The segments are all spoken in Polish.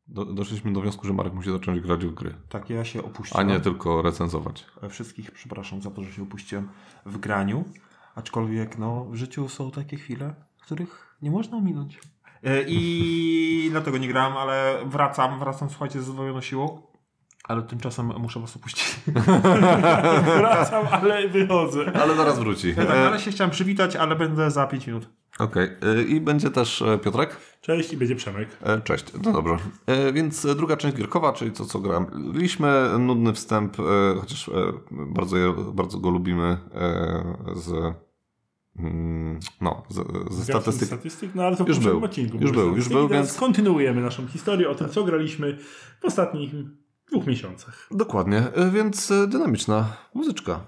Doszliśmy do wniosku, że Marek musi zacząć grać w gry. Tak, ja się opuściłem. A nie tylko recenzować. Wszystkich przepraszam za to, że się opuściłem w graniu. Aczkolwiek no, w życiu są takie chwile, których nie można ominąć. I dlatego nie grałem, ale wracam, słuchajcie, z zadwojoną siłą. Ale tymczasem muszę was opuścić. Wracam, ale wychodzę. Ale zaraz wróci. Tak, ale się chciałem przywitać, ale będę za 5 minut. Okej. I będzie też Piotrek? Cześć i będzie Przemek. Cześć. No dobrze. Więc druga część gierkowa, czyli to, co graliśmy. Nudny wstęp, chociaż bardzo go lubimy ze statystyk. No ale to w poprzednim odcinku. Już był, więc kontynuujemy naszą historię o tym, co graliśmy w ostatnich 2 miesiącach. Dokładnie, więc dynamiczna muzyczka.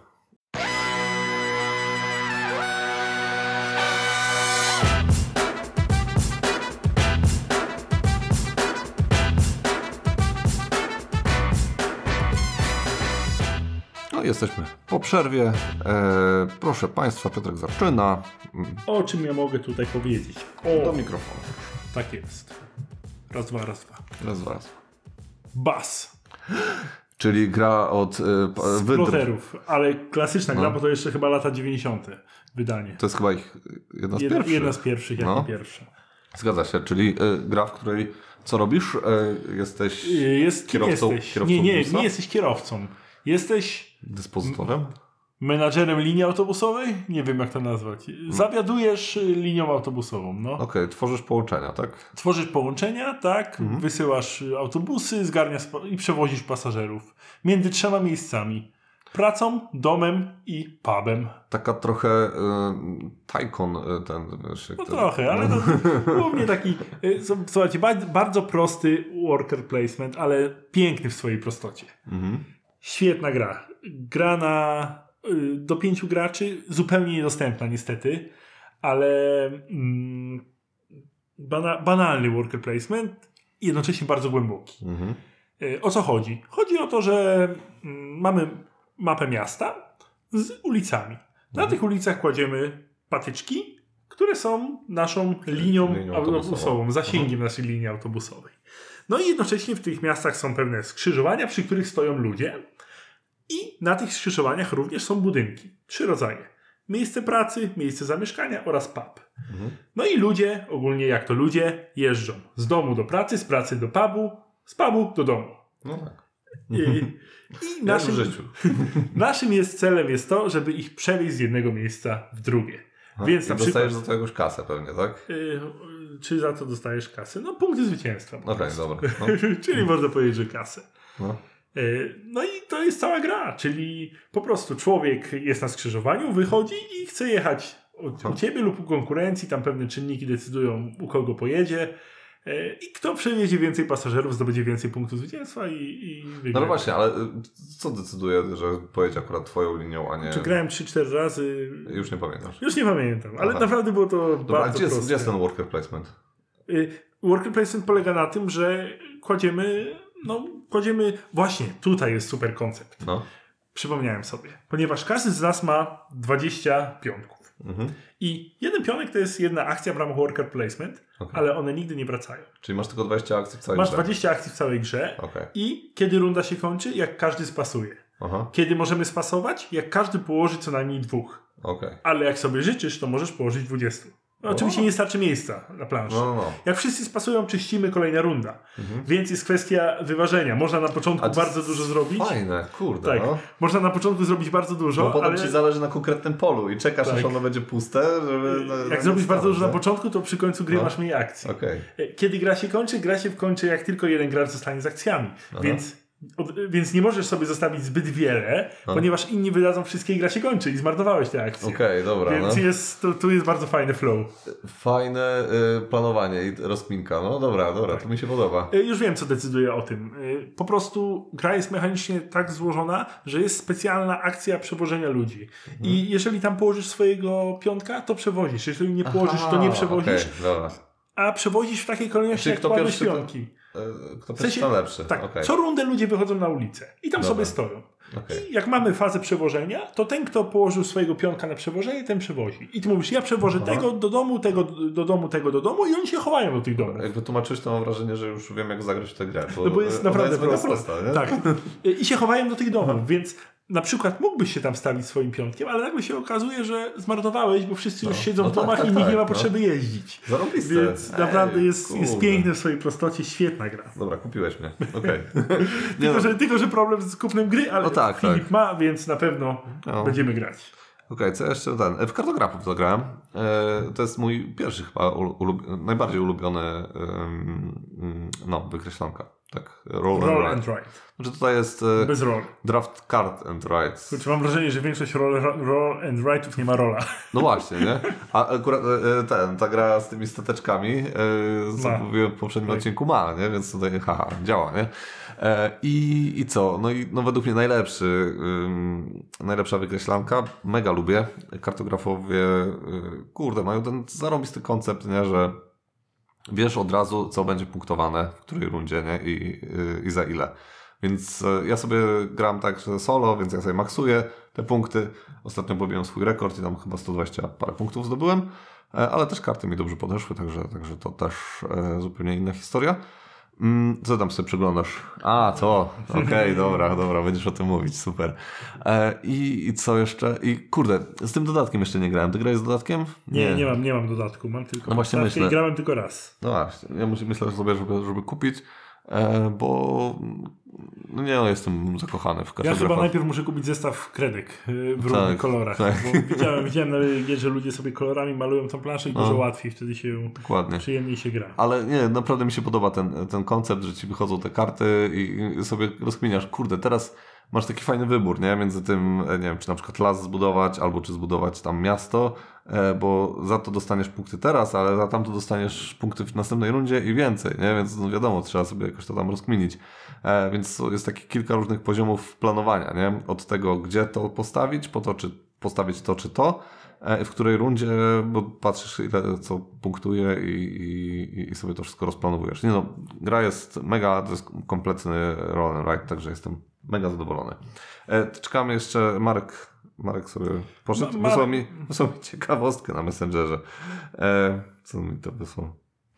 No jesteśmy po przerwie. Proszę Państwa, Piotrek zaczyna. O czym ja mogę tutaj powiedzieć? Do mikrofonu. Tak jest. Raz, dwa. Raz. Bas. Czyli gra od Sploterów, ale klasyczna gra, bo to jeszcze chyba lata 90. wydanie. To jest chyba ich jedna z pierwszych. Jedna z pierwszych, jak nie pierwsza. Zgadza się, czyli gra, w której co robisz? Jesteś kierowcą? Nie jesteś kierowcą. Jesteś dyspozytorem? Menadżerem linii autobusowej? Nie wiem, jak to nazwać. Zawiadujesz linią autobusową, no. Okej, tworzysz połączenia, tak? Tworzysz połączenia, tak. Wysyłasz autobusy, zgarniasz i przewozisz pasażerów. Między 3 miejscami. Pracą, domem i pubem. Taka trochę Tycoon ten. No trochę, ale głównie taki, słuchajcie, bardzo prosty worker placement, ale piękny w swojej prostocie. Świetna gra. Gra do 5 graczy, zupełnie niedostępna niestety, ale banalny worker placement i jednocześnie bardzo głęboki. O co chodzi? Chodzi o to, że mamy mapę miasta z ulicami. Na tych ulicach kładziemy patyczki, które są naszą linią autobusową, zasięgiem naszej linii autobusowej. No i jednocześnie w tych miastach są pewne skrzyżowania, przy których stoją ludzie. I na tych skrzyżowaniach również są budynki. 3 rodzaje. Miejsce pracy, miejsce zamieszkania oraz pub. No i ludzie, ogólnie jak to ludzie, jeżdżą z domu do pracy, z pracy do pubu, z pubu do domu. No tak. I naszym celem jest to, żeby ich przewieźć z jednego miejsca w drugie. Więc na dostajesz przykład, do tego jakąś kasę pewnie, tak? Czy za to dostajesz kasę? No punkty zwycięstwa. Okej, dobra. No. Czyli można powiedzieć, że kasę. No. No i to jest cała gra, czyli po prostu człowiek jest na skrzyżowaniu, wychodzi i chce jechać u ciebie lub u konkurencji, tam pewne czynniki decydują, u kogo pojedzie i kto przewiezie więcej pasażerów, zdobędzie więcej punktów zwycięstwa i wygra. No właśnie, ale co decyduje, że pojedzie akurat twoją linią, a nie... Czy grałem 3-4 razy? Już nie pamiętasz. Już nie pamiętam, ale naprawdę było to bardzo proste. Gdzie jest ten worker placement? Worker placement polega na tym, że kładziemy właśnie, tutaj jest super koncept. No. Przypomniałem sobie. Ponieważ każdy z nas ma 20 pionków. I jeden pionek to jest jedna akcja w ramach worker placement, ale one nigdy nie wracają. Czyli masz tylko 20 akcji w całej grze? Masz 20 akcji w całej grze i kiedy runda się kończy, jak każdy spasuje. Kiedy możemy spasować? Jak każdy położy co najmniej 2. Ale jak sobie życzysz, to możesz położyć 20. No, oczywiście nie starczy miejsca na planszy. Jak wszyscy spasują, czyścimy, kolejna runda. Więc jest kwestia wyważenia. Można na początku bardzo dużo zrobić. Fajne, kurde. Tak. Można na początku zrobić bardzo dużo. Bo potem ci zależy na konkretnym polu i czekasz, aż ono będzie puste, żeby... Jak zrobisz bardzo dużo na początku, to przy końcu gry masz mniej akcji. Kiedy gra się kończy? Gra się kończy, jak tylko jeden gracz zostanie z akcjami. Więc nie możesz sobie zostawić zbyt wiele, ponieważ inni wydadzą wszystkie i gra się kończy i zmarnowałeś te akcje. Dobra. Więc tu jest bardzo fajny flow. Fajne planowanie i rozkminka. No dobra, to mi się podoba. Już wiem, co decyduje o tym. Po prostu gra jest mechanicznie tak złożona, że jest specjalna akcja przewożenia ludzi. I jeżeli tam położysz swojego pionka, to przewozisz. Jeżeli nie położysz, to nie przewozisz. A przewozisz w takiej kolejności, jak kładłeś pionki. Kto pierwszy, ten lepszy. Tak, co rundę ludzie wychodzą na ulicę i tam sobie stoją. Okay. I jak mamy fazę przewożenia, to ten, kto położył swojego pionka na przewożenie, ten przewozi. I ty mówisz, ja przewożę tego do domu, tego do domu, tego do domu i oni się chowają do tych domów. Jak wytłumaczyłeś, to mam wrażenie, że już wiem, jak zagrać w tę grę. Bo jest naprawdę prosta, nie? Tak. I się chowają do tych domów, więc na przykład mógłbyś się tam stawić swoim pionkiem, ale nagle się okazuje, że zmarnowałeś, bo wszyscy już siedzą w domach i nikt nie ma potrzeby jeździć. Zarobiste. Więc naprawdę jest piękny w swojej prostocie, świetna gra. Dobra, kupiłeś mnie. Okej. Tylko, że problem z kupnem gry, ale Filip ma, więc na pewno będziemy grać. Okej, co jeszcze w kartografów to grałem. To jest mój pierwszy chyba najbardziej ulubiony wykreślanka. Tak, Roll and Write. Znaczy tutaj jest bez roll. Draft Card and Write. Kurczę, mam wrażenie, że większość roll and write'ów nie ma rola. No właśnie, nie? A akurat ta gra z tymi stateczkami, co mówiłem w poprzednim odcinku, ma, nie? Więc tutaj działa, nie? I co? No i według mnie najlepsza wykreślanka. Mega lubię. Kartografowie, mają ten zarobisty koncept, nie? Że wiesz od razu, co będzie punktowane w której rundzie, nie? I za ile. Więc ja sobie gram tak solo, więc ja sobie maksuję te punkty. Ostatnio pobiłem swój rekord i tam chyba 120 parę punktów zdobyłem, ale też karty mi dobrze podeszły, także to też zupełnie inna historia. Co tam sobie przeglądasz? Okej, dobra, będziesz o tym mówić, super. I co jeszcze? I z tym dodatkiem jeszcze nie grałem. Ty grałeś z dodatkiem? Nie mam dodatku, mam tylko no właśnie myślę. I grałem tylko raz. No właśnie, ja myślę sobie, żeby kupić, bo jestem zakochany w kartografach. Ja chyba najpierw muszę kupić zestaw kredek w różnych kolorach. Tak. Bo widziałem na LG, że ludzie sobie kolorami malują tą planszę i dużo łatwiej wtedy się przyjemniej się gra. Ale nie, naprawdę mi się podoba ten koncept, że ci wychodzą te karty i sobie rozkminiasz, teraz masz taki fajny wybór, nie? Między tym, nie wiem, czy na przykład las zbudować, albo czy zbudować tam miasto, bo za to dostaniesz punkty teraz, ale za tamto dostaniesz punkty w następnej rundzie i więcej, nie? Więc wiadomo, trzeba sobie jakoś to tam rozkminić. Więc jest takich kilka różnych poziomów planowania, nie? Od tego, gdzie to postawić, po to, czy postawić to, czy to, w której rundzie, bo patrzysz, ile co punktuje i sobie to wszystko rozplanowujesz. Gra jest mega, to jest kompletny roll and write, także jestem mega zadowolony. Czekamy jeszcze, Marek sobie poszedł, wysłał mi ciekawostkę na Messengerze. Co mi to wysłał?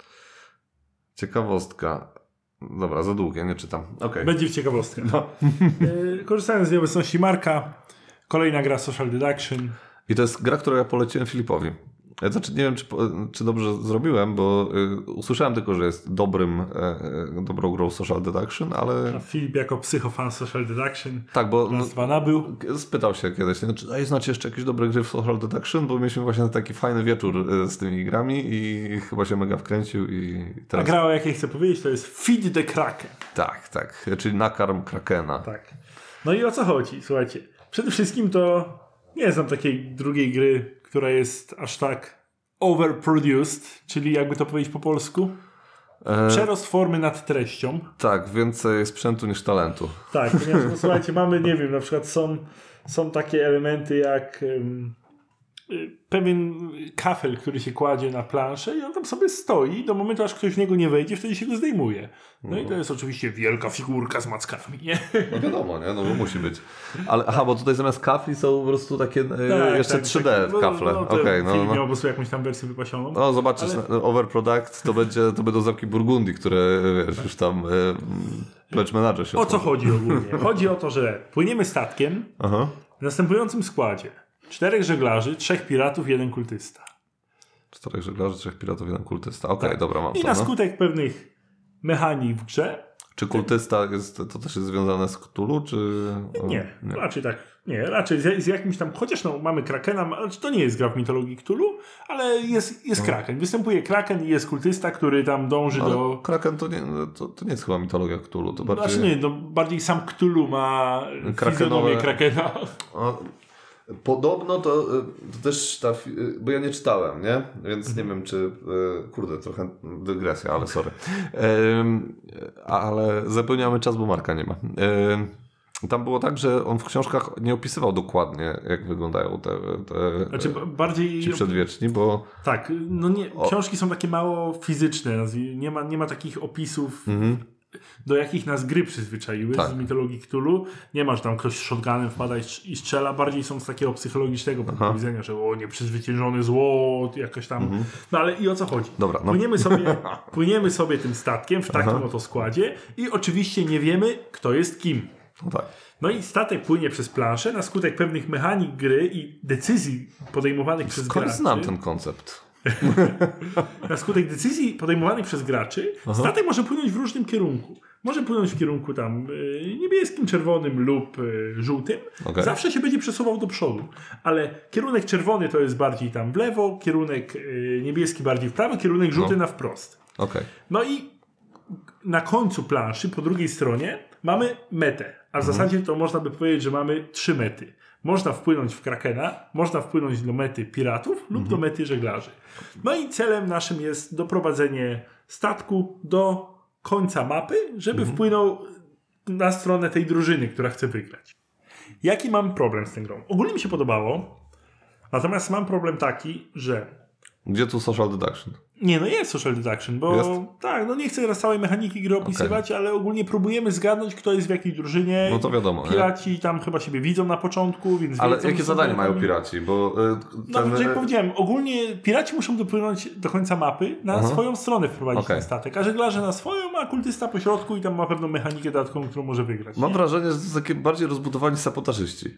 Ciekawostka. Dobra, za długie, nie czytam. Okay. Będzie w ciekawostkę. Korzystając z nieobecności Marka, kolejna gra Social Deduction. I to jest gra, którą ja poleciłem Filipowi. Znaczy, nie wiem, czy dobrze zrobiłem, bo usłyszałem tylko, że jest dobrą grą Social Deduction, ale... A Filip jako psychofan Social Deduction tak, bo nabył. Spytał się kiedyś, czy znacie jeszcze jakieś dobre gry w Social Deduction, bo mieliśmy właśnie taki fajny wieczór z tymi grami i chyba się mega wkręcił i teraz... A gra, o jakiej chcę powiedzieć, to jest Feed the Kraken. Tak, czyli nakarm Krakena. Tak. No i o co chodzi? Słuchajcie, przede wszystkim to nie znam takiej drugiej gry, która jest aż tak overproduced, czyli jakby to powiedzieć po polsku, przerost formy nad treścią. Tak, więcej sprzętu niż talentu. Tak, ponieważ słuchajcie, mamy, nie wiem, na przykład są takie elementy jak pewien kafel, który się kładzie na planszę i on tam sobie stoi do momentu, aż ktoś w niego nie wejdzie, wtedy się go zdejmuje. No i to jest oczywiście wielka figurka z mackami, nie? No wiadomo, nie? No bo musi być. Ale bo tutaj zamiast kafli są po prostu takie jeszcze 3D kafle. Okej, no. Miał po prostu jakąś tam wersję wypasioną. No zobaczysz, Overproduct to będą zamki Burgundii, które wiesz, już tam pledge manager się o co chodzi ogólnie? Chodzi o to, że płyniemy statkiem w następującym składzie. 4 żeglarzy, 3 piratów, 1 kultysta. 4 żeglarzy, 3 piratów, 1 kultysta. Okej, dobra, mam to. I na skutek pewnych mechanik w grze. Czy kultysta to też jest związane z Cthulhu, czy... Nie, raczej tak. Nie, raczej z jakimś tam, chociaż mamy Krakena, to nie jest gra w mitologii Cthulhu, ale jest Kraken. Występuje Kraken i jest kultysta, który tam dąży do... Kraken to nie jest chyba mitologia Cthulhu, to bardziej... Znaczy nie, bardziej sam Cthulhu ma fizjonomię Krakena. Podobno to też bo ja nie czytałem, nie? Więc nie wiem, czy... trochę dygresja, ale sorry. Ale zapełniamy czas, bo Marka nie ma. Tam było tak, że on w książkach nie opisywał dokładnie, jak wyglądają te znaczy, bardziej ci przedwieczni, bo... Tak, książki są takie mało fizyczne, nie ma takich opisów. do jakich nas gry przyzwyczaiły Tak. z mitologii Cthulhu. Nie masz tam ktoś shotgunem wpada i strzela, bardziej są z takiego psychologicznego punktu widzenia, że nieprzezwyciężone zło, jakoś tam. No ale i o co chodzi? Dobra, no. Płyniemy sobie tym statkiem w takim oto składzie i oczywiście nie wiemy, kto jest kim. No tak. No i statek płynie przez planszę na skutek pewnych mechanik gry i decyzji podejmowanych przez Skąd graczy. znam ten koncept? Na skutek decyzji podejmowanych przez graczy statek może płynąć w różnym kierunku. Może płynąć w kierunku tam niebieskim, czerwonym lub żółtym. Okay. Zawsze się będzie przesuwał do przodu. Ale kierunek czerwony to jest bardziej tam w lewo, kierunek niebieski bardziej w prawo, kierunek żółty na wprost. Okay. No i na końcu planszy, po drugiej stronie, mamy metę. A w zasadzie to można by powiedzieć, że mamy 3 mety. Można wpłynąć w Krakena, można wpłynąć do mety piratów lub do mety żeglarzy. No i celem naszym jest doprowadzenie statku do końca mapy, żeby wpłynął na stronę tej drużyny, która chce wygrać. Jaki mam problem z tą grą? Ogólnie mi się podobało, natomiast mam problem taki, że Gdzie tu social deduction? nie, no jest social deduction, bo Jest? tak, no nie chcę teraz całej mechaniki gry opisywać, ale ogólnie próbujemy zgadnąć, kto jest w jakiej drużynie. No to wiadomo. Piraci tam chyba siebie widzą na początku, więc Ale wiedzą, jakie że są zadanie mają piratami. piraci? Bo No, tak jak powiedziałem, ogólnie piraci muszą dopłynąć do końca mapy, na swoją stronę wprowadzić ten statek, a żeglarze na swoją, a kultysta po środku i tam ma pewną mechanikę dodatkową, którą może wygrać. Mam wrażenie, że to są takie bardziej rozbudowani sabotażyści.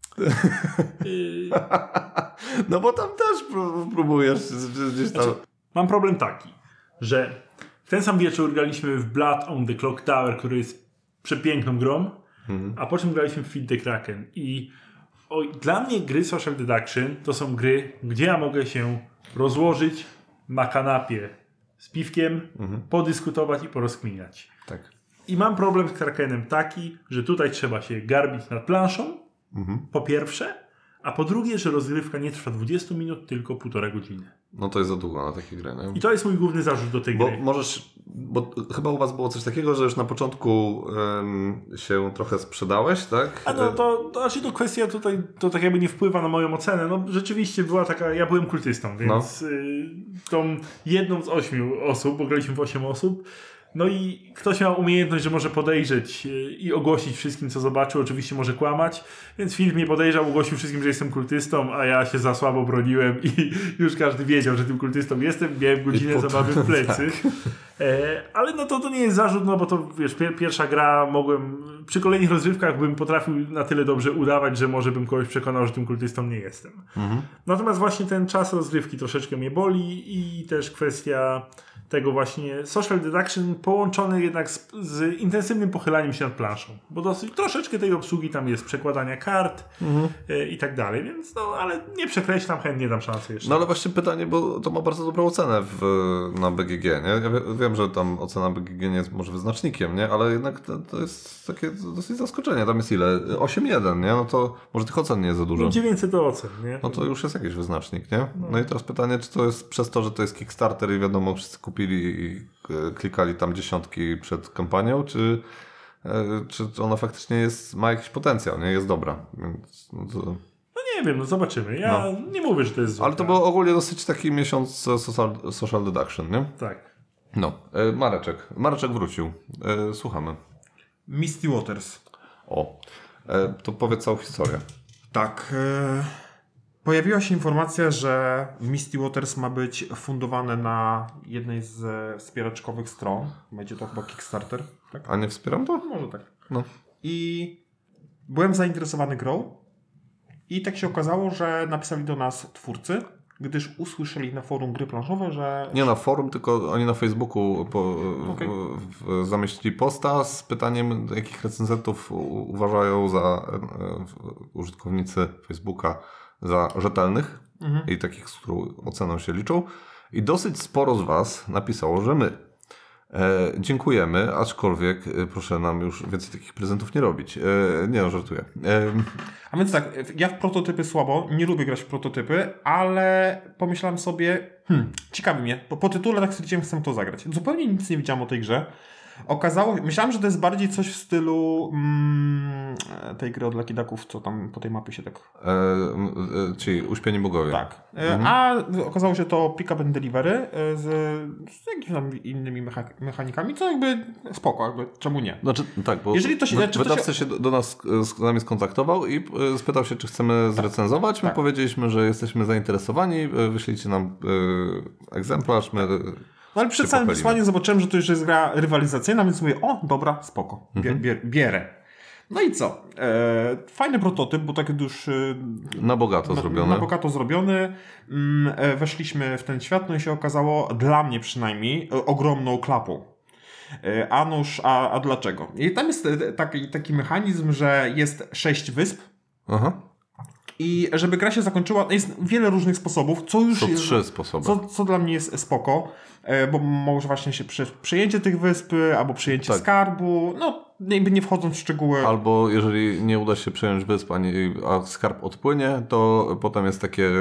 No bo tam też próbujesz gdzieś tam... Mam problem taki, że w ten sam wieczór graliśmy w Blood on the Clock Tower, który jest przepiękną grą, a po czym graliśmy w Feed the Kraken. I dla mnie gry Social Deduction to są gry, gdzie ja mogę się rozłożyć na kanapie z piwkiem, podyskutować i porozkminiać. Tak. I mam problem z Krakenem taki, że tutaj trzeba się garbić nad planszą, po pierwsze, a po drugie, że rozgrywka nie trwa 20 minut, tylko 1,5 godziny. No to jest za długo na takie gry, nie? I to jest mój główny zarzut do tej Bo gry. bo chyba u was było coś takiego, że już na początku się trochę sprzedałeś, tak? A no to znaczy to kwestia tutaj, to tak jakby nie wpływa na moją ocenę. No rzeczywiście była taka, ja byłem kultystą, więc tą jedną z 8 osób, bo graliśmy w 8 osób, no i ktoś miał umiejętność, że może podejrzeć i ogłosić wszystkim, co zobaczył. Oczywiście może kłamać, więc Filip mnie podejrzał, ogłosił wszystkim, że jestem kultystą, a ja się za słabo broniłem i już każdy wiedział, że tym kultystą jestem. Miałem godzinę zabawy w plecy. Tak. Ale no to nie jest zarzut, no bo to wiesz, pierwsza gra mogłem, przy kolejnych rozrywkach bym potrafił na tyle dobrze udawać, że może bym kogoś przekonał, że tym kultystą nie jestem. Natomiast właśnie ten czas rozrywki troszeczkę mnie boli i też kwestia tego właśnie social deduction połączony jednak z intensywnym pochylaniem się nad planszą, bo dosyć troszeczkę tej obsługi tam jest, przekładania kart i tak dalej, więc no, ale nie przekreślam, chętnie dam szansę jeszcze. No ale właśnie pytanie, bo to ma bardzo dobrą ocenę na BGG, nie? Ja wiem, że tam ocena BGG nie jest może wyznacznikiem, nie? Ale jednak to jest takie dosyć zaskoczenie. Tam jest ile? 8,1, nie? No to może tych ocen nie jest za dużo. No 900 do ocen, nie? No to już jest jakiś wyznacznik, nie? No i teraz pytanie, czy to jest przez to, że to jest Kickstarter i wiadomo, wszyscy kupili i klikali tam dziesiątki przed kampanią, czy ona faktycznie ma jakiś potencjał, nie? Jest dobra. Więc, no to... No nie wiem, no zobaczymy. Ja nie mówię, że to jest zła. Ale to był ogólnie dosyć taki miesiąc social deduction, nie? Tak. No. Mareczek wrócił. Słuchamy. Misty Waters. O. To powiedz całą historię. Tak. Pojawiła się informacja, że Misty Waters ma być fundowane na jednej z wspieraczkowych stron. Będzie to chyba Kickstarter. Tak? A nie wspieram to? Może tak. No. I byłem zainteresowany grą. I tak się okazało, że napisali do nas twórcy, gdyż usłyszeli na forum gry planszowe, że... Nie na forum, tylko oni na Facebooku zamieścili posta z pytaniem, jakich recenzentów uważają za użytkownicy Facebooka za rzetelnych i takich, z którą oceną się liczą. I dosyć sporo z was napisało, że my. Dziękujemy, aczkolwiek proszę nam już więcej takich prezentów nie robić. Nie no, żartuję. A więc tak, ja w prototypy słabo, nie lubię grać w prototypy, ale pomyślałem sobie, ciekawi mnie, bo po tytule tak stwierdziłem, chcę to zagrać. Zupełnie nic nie wiedziałem o tej grze. Myślałem, że to jest bardziej coś w stylu tej gry od Lucky Ducków, co tam po tej mapie się tak... Czyli Uśpieni Bogowie. Tak. A okazało się to pick up and delivery z jakimiś tam innymi mechanikami, co jakby spoko, jakby czemu nie? Znaczy, tak, bo Jeżeli to się, wydawca się do nas z nami skontaktował i spytał się, czy chcemy zrecenzować. My powiedzieliśmy, że jesteśmy zainteresowani, wyślijcie nam egzemplarz, my... No ale przed samym wysłaniem zobaczyłem, że to już jest gra rywalizacyjna, więc mówię, o dobra, spoko, bierę. No i co? Fajny prototyp, bo taki już... Na bogato zrobiony. Na bogato zrobiony. Weszliśmy w ten świat, no i się okazało, dla mnie przynajmniej, ogromną klapą. A nuż, a dlaczego? I tam jest taki mechanizm, że jest 6 wysp. Aha. I żeby gra się zakończyła, jest wiele różnych sposobów, co już jest... 3 sposoby. Co dla mnie jest spoko, bo może właśnie się przejęcie tych wysp, albo przejęcie skarbu, no jakby nie wchodząc w szczegóły. Albo jeżeli nie uda się przejąć wysp, a skarb odpłynie, to potem jest takie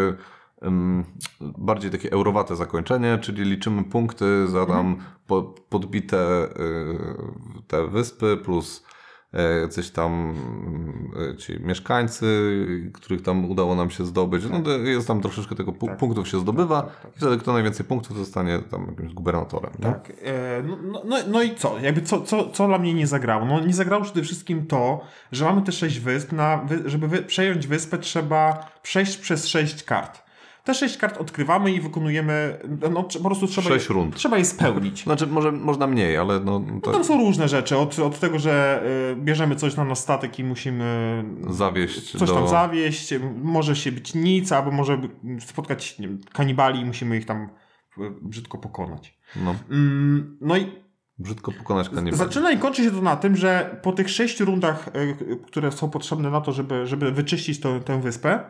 bardziej takie eurowate zakończenie, czyli liczymy punkty za tam podbite te wyspy plus coś tam ci mieszkańcy, których tam udało nam się zdobyć. No, jest tam troszeczkę tego punktów się zdobywa i wtedy kto najwięcej punktów zostanie tam jakimś gubernatorem. Tak. No i co? Jakby co dla mnie nie zagrało? No nie zagrało przede wszystkim to, że mamy te 6 wysp. Żeby przejąć wyspę, trzeba przejść przez 6 kart. Te 6 kart odkrywamy i wykonujemy, no po prostu trzeba je spełnić. Znaczy można mniej, ale no... No tam są różne rzeczy, od tego, że bierzemy coś na nasz statek i musimy tam zawieść, może się być nic, albo może spotkać, nie wiem, kanibali i musimy ich tam brzydko pokonać. No i brzydko pokonać kanibali. Zaczyna i kończy się to na tym, że po tych 6 rundach, które są potrzebne na to, żeby wyczyścić tę wyspę,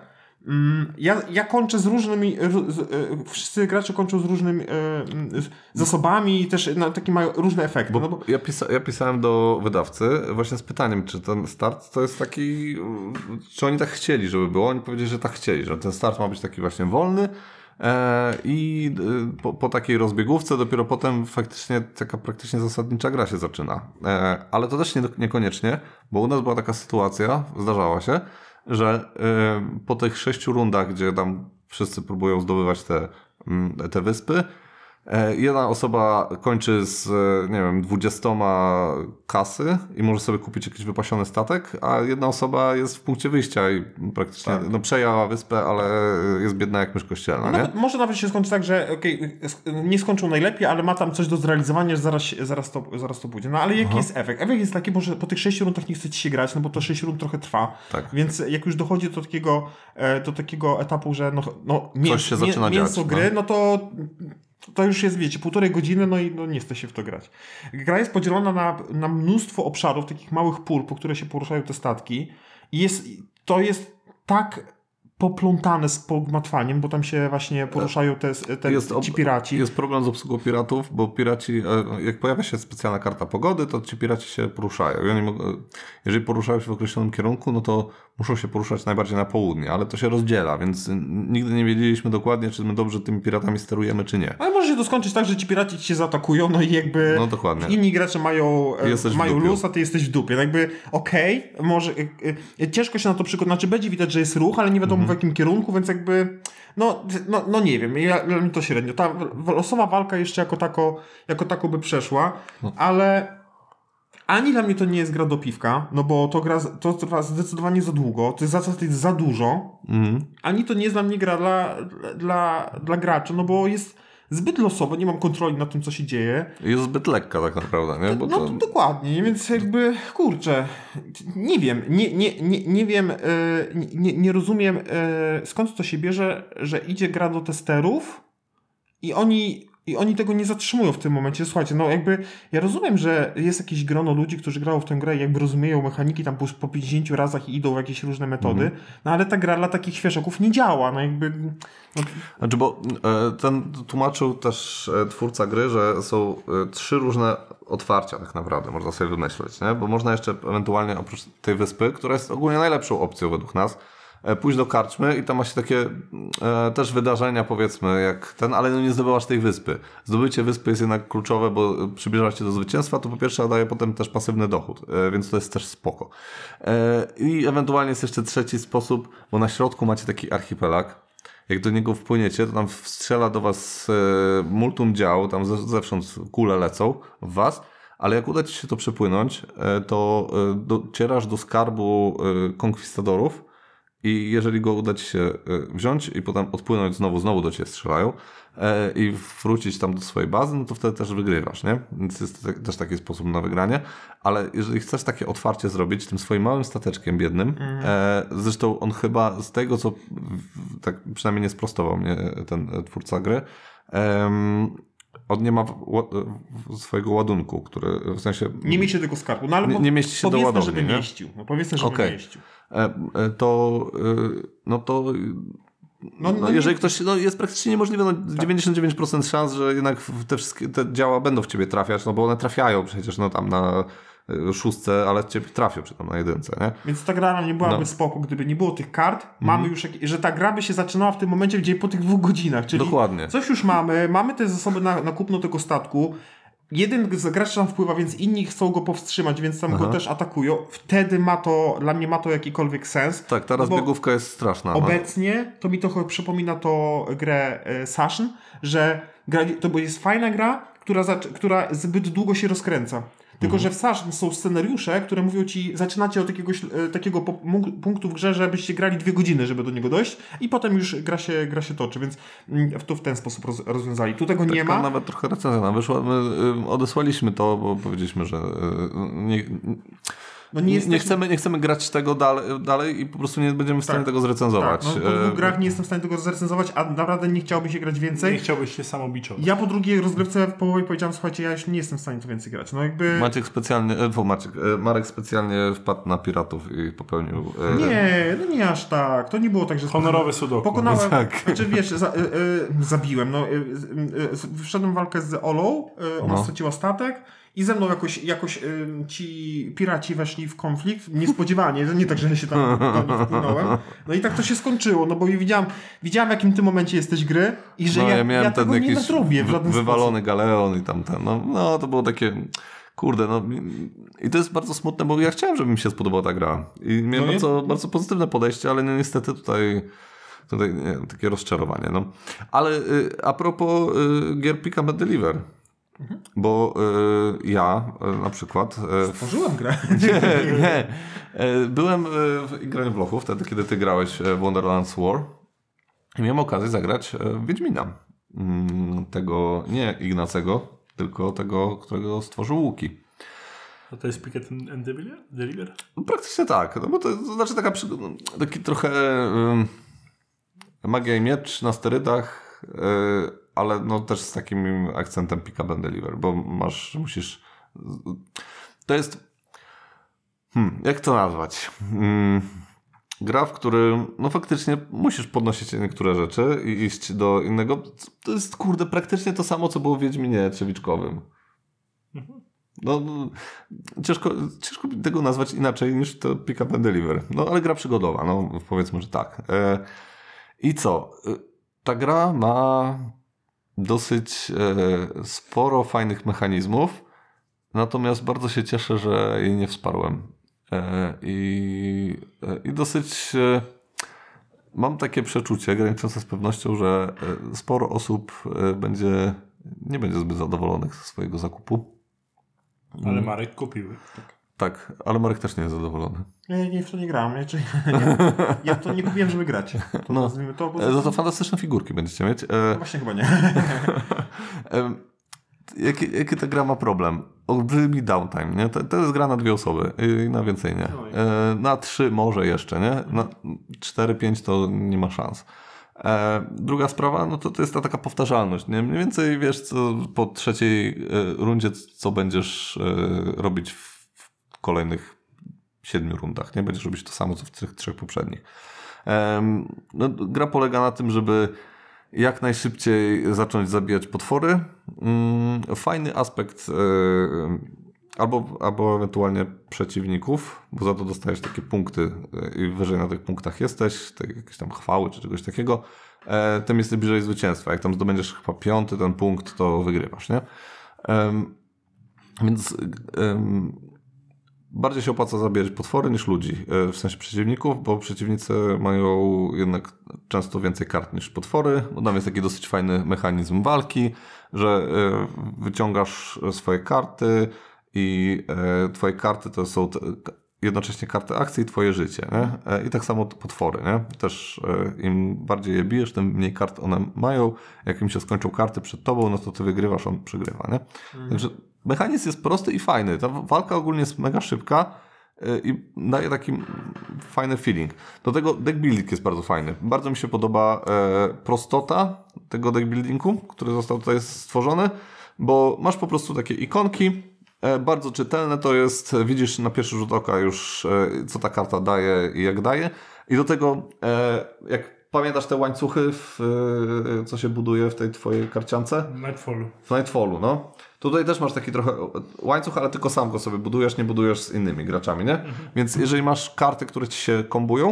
ja kończę z różnymi, wszyscy gracze kończą z różnymi zasobami i też takie mają różne efekty. Bo ja pisałem do wydawcy właśnie z pytaniem, czy ten start to jest taki, czy oni tak chcieli, żeby było. Oni powiedzieli, że tak chcieli, że ten start ma być taki właśnie wolny i po takiej rozbiegówce dopiero potem faktycznie taka praktycznie zasadnicza gra się zaczyna. Ale to też niekoniecznie, bo u nas była taka sytuacja, zdarzała się, że po tych 6 rundach, gdzie tam wszyscy próbują zdobywać te wyspy, jedna osoba kończy z, nie wiem, 20 kasy i może sobie kupić jakiś wypasiony statek, a jedna osoba jest w punkcie wyjścia i praktycznie przejęła wyspę, ale jest biedna jak mysz kościelna. Nie? Może nawet się skończy tak, że nie skończył najlepiej, ale ma tam coś do zrealizowania, że zaraz to pójdzie. No ale jaki jest efekt? Efekt jest taki, że po tych 6 rundach nie chce ci się grać, no bo to 6 rund trochę trwa. Tak. Więc jak już dochodzi do takiego etapu, że mięso gry, no to już jest, wiecie, 1,5 godziny, no i nie chce się w to grać. Gra jest podzielona na mnóstwo obszarów, takich małych pól, po które się poruszają te statki i to jest tak poplątane z pogmatwaniem, bo tam się właśnie poruszają ci piraci. Jest problem z obsługą piratów, bo piraci, jak pojawia się specjalna karta pogody, to ci piraci się poruszają. I oni jeżeli poruszają się w określonym kierunku, no to muszą się poruszać najbardziej na południe, ale to się rozdziela, więc nigdy nie wiedzieliśmy dokładnie, czy my dobrze tymi piratami sterujemy, czy nie. Ale może się to skończyć tak, że ci piraci ci się zaatakują, no i jakby inni gracze mają luz, a ty jesteś w dupie. No jakby może ciężko się na to przekonać, znaczy będzie widać, że jest ruch, ale nie wiadomo w jakim kierunku, więc jakby no nie wiem, dla mnie to średnio. Ta losowa walka jeszcze jako tako by przeszła, ale ani dla mnie to nie jest gra do piwka, no bo to trwa zdecydowanie za długo, to jest za dużo, ani to nie jest dla mnie gra dla graczy, no bo jest zbyt losowo, nie mam kontroli nad tym, co się dzieje. Jest zbyt lekka tak naprawdę, nie? Bo dokładnie, więc jakby, kurczę, nie wiem, nie rozumiem skąd to się bierze, że idzie gra do testerów i oni tego nie zatrzymują w tym momencie. Słuchajcie, no jakby ja rozumiem, że jest jakieś grono ludzi, którzy grają w tę grę i jakby rozumieją mechaniki tam po 50 razach i idą w jakieś różne metody, no ale ta gra dla takich świeżaków nie działa, no jakby... Znaczy, bo tłumaczył też twórca gry, że są 3 różne otwarcia tak naprawdę, można sobie wymyśleć, nie? Bo można jeszcze ewentualnie oprócz tej wyspy, która jest ogólnie najlepszą opcją według nas, pójść do karczmy i tam ma się takie też wydarzenia, powiedzmy, jak ten, ale no nie zdobywasz tej wyspy. Zdobycie wyspy jest jednak kluczowe, bo przybliżasz się do zwycięstwa, to po pierwsze daje potem też pasywny dochód, więc to jest też spoko. I ewentualnie jest jeszcze trzeci sposób, bo na środku macie taki archipelag. Jak do niego wpłyniecie, to tam strzela do was multum dział, tam zewsząd kule lecą w was, ale jak uda ci się to przepłynąć, to docierasz do skarbu konkwistadorów i jeżeli go uda ci się wziąć i potem odpłynąć znowu do ciebie strzelają i wrócić tam do swojej bazy, no to wtedy też wygrywasz, nie? Więc jest też taki sposób na wygranie, ale jeżeli chcesz takie otwarcie zrobić tym swoim małym stateczkiem biednym, zresztą on chyba z tego, co tak przynajmniej nie sprostował mnie ten twórca gry, on nie ma swojego ładunku, który w sensie... Nie mieści tego skarbu, no ale nie mieści się do ładowni, żeby nie? mieścił. No powiedzmy, żeby okay. mieścił. Jeżeli ktoś, jest praktycznie niemożliwe, 99% szans, że jednak te wszystkie te działa będą w ciebie trafiać, no bo one trafiają przecież tam na 6, ale ciebie trafią czy tam na 1, nie? Więc ta gra nie byłaby spoko, gdyby nie było tych kart. Mamy już, że ta gra by się zaczynała w tym momencie, gdzie po tych 2 godzinach, czyli dokładnie. Coś już mamy te zasoby na kupno tego statku. Jeden z graczy tam wpływa, więc inni chcą go powstrzymać, więc tam go też atakują. Wtedy dla mnie ma to jakikolwiek sens. Tak, ta rozbiegówka jest straszna. Obecnie to mi trochę przypomina to grę Sashin, że to jest fajna gra, która zbyt długo się rozkręca. Tylko, że w Sashin są scenariusze, które mówią ci, zaczynacie od jakiegoś takiego punktu w grze, żebyście grali 2 godziny, żeby do niego dojść i potem już gra się toczy, więc to w ten sposób rozwiązali. Tu tego nie ma. Nawet trochę recenzja wyszła, my odesłaliśmy to, bo powiedzieliśmy, że nie chcemy grać tego dalej i po prostu nie będziemy w stanie tego zrecenzować. Tak, po 2 grach nie jestem w stanie tego zrecenzować, a naprawdę nie chciałbym się grać więcej. Nie chciałbyś się samobiczować. Ja po drugiej rozgrywce w połowie powiedziałem, słuchajcie, ja już nie jestem w stanie to więcej grać. No jakby... Marek specjalnie wpadł na piratów i popełnił... nie aż tak. To nie było tak, że... Honorowe sudoku. Pokonałem, tak. Znaczy wiesz, zabiłem. Wszedłem w walkę z Olą, ona straciła statek. I ze mną jakoś ci piraci weszli w konflikt, niespodziewanie, nie tak, że ja się tam do nich wpłynąłem. No i tak to się skończyło, no bo widziałem w jakim tym momencie jesteś gry i że ja tego nie nadrobię w żaden wywalony sposób. galeon i tamten. No to było takie... Kurde, i to jest bardzo smutne, bo ja chciałem, żeby mi się spodobała ta gra. I miałem bardzo pozytywne podejście, ale niestety tutaj takie rozczarowanie. No. Ale a propos gier Pick Up and Deliver. Bo ja na przykład... Stworzyłem grę. Nie. Byłem w graniu w lochu wtedy, kiedy ty grałeś w Wonderland's War i miałem okazję zagrać w Wiedźmina. Tego nie Ignacego, tylko tego, którego stworzył Łuki. A to jest Pick Up and Deliver? Praktycznie tak. No bo to znaczy taki trochę magia i miecz na sterydach, ale też z takim akcentem Pick Up and Deliver, bo musisz... To jest... jak to nazwać? Gra, w którym faktycznie musisz podnosić niektóre rzeczy i iść do innego. To jest, praktycznie to samo, co było w Wiedźminie Trzewiczkowym. Ciężko tego nazwać inaczej niż to Pick Up and Deliver. Ale gra przygodowa, powiedzmy, że tak. I co? Ta gra ma dosyć sporo fajnych mechanizmów, natomiast bardzo się cieszę, że jej nie wsparłem. I dosyć mam takie przeczucie, graniczące z pewnością, że sporo osób nie będzie zbyt zadowolonych ze swojego zakupu. Ale Marek kupił. Tak, ale Marek też nie jest zadowolony. Nie, w to nie grałem. Ja to nie kupiłem, żeby grać. Za to fantastyczne figurki będziecie mieć. Właśnie chyba nie. Jaki ta gra ma problem? Olbrzymi downtime, nie? To jest gra na 2 osoby i na więcej nie. Na 3 może jeszcze, nie? Na 4-5 to nie ma szans. Druga sprawa, to jest ta taka powtarzalność, nie? Mniej więcej wiesz, co po 3. rundzie, co będziesz robić w kolejnych 7 rundach, nie? Będziesz robić to samo, co w 3 poprzednich. Gra polega na tym, żeby jak najszybciej zacząć zabijać potwory. Fajny aspekt albo ewentualnie przeciwników, bo za to dostajesz takie punkty i wyżej na tych punktach jesteś, jakieś tam chwały czy czegoś takiego, tym jesteś bliżej zwycięstwa. Jak tam zdobędziesz chyba 5. ten punkt, to wygrywasz, nie? Więc bardziej się opłaca zabierać potwory niż ludzi, w sensie przeciwników, bo przeciwnicy mają jednak często więcej kart niż potwory, bo tam jest taki dosyć fajny mechanizm walki, że wyciągasz swoje karty i twoje karty to są jednocześnie karty akcji i twoje życie, nie? I tak samo potwory, nie? Też im bardziej je bijesz, tym mniej kart one mają. Jak im się skończą karty przed tobą, no to ty wygrywasz, on przegrywa, nie? Także mechanizm jest prosty i fajny. Ta walka ogólnie jest mega szybka i daje taki fajny feeling. Do tego deckbuilding jest bardzo fajny. Bardzo mi się podoba prostota tego deckbuildingu, który został tutaj stworzony, bo masz po prostu takie ikonki, bardzo czytelne to jest, widzisz na pierwszy rzut oka już co ta karta daje i jak daje. I do tego, jak pamiętasz te łańcuchy, co się buduje w tej twojej karciance? W Nightfallu, no. Tutaj też masz taki trochę łańcuch, ale tylko sam go sobie budujesz, nie budujesz z innymi graczami, nie? Więc jeżeli masz karty, które ci się kombują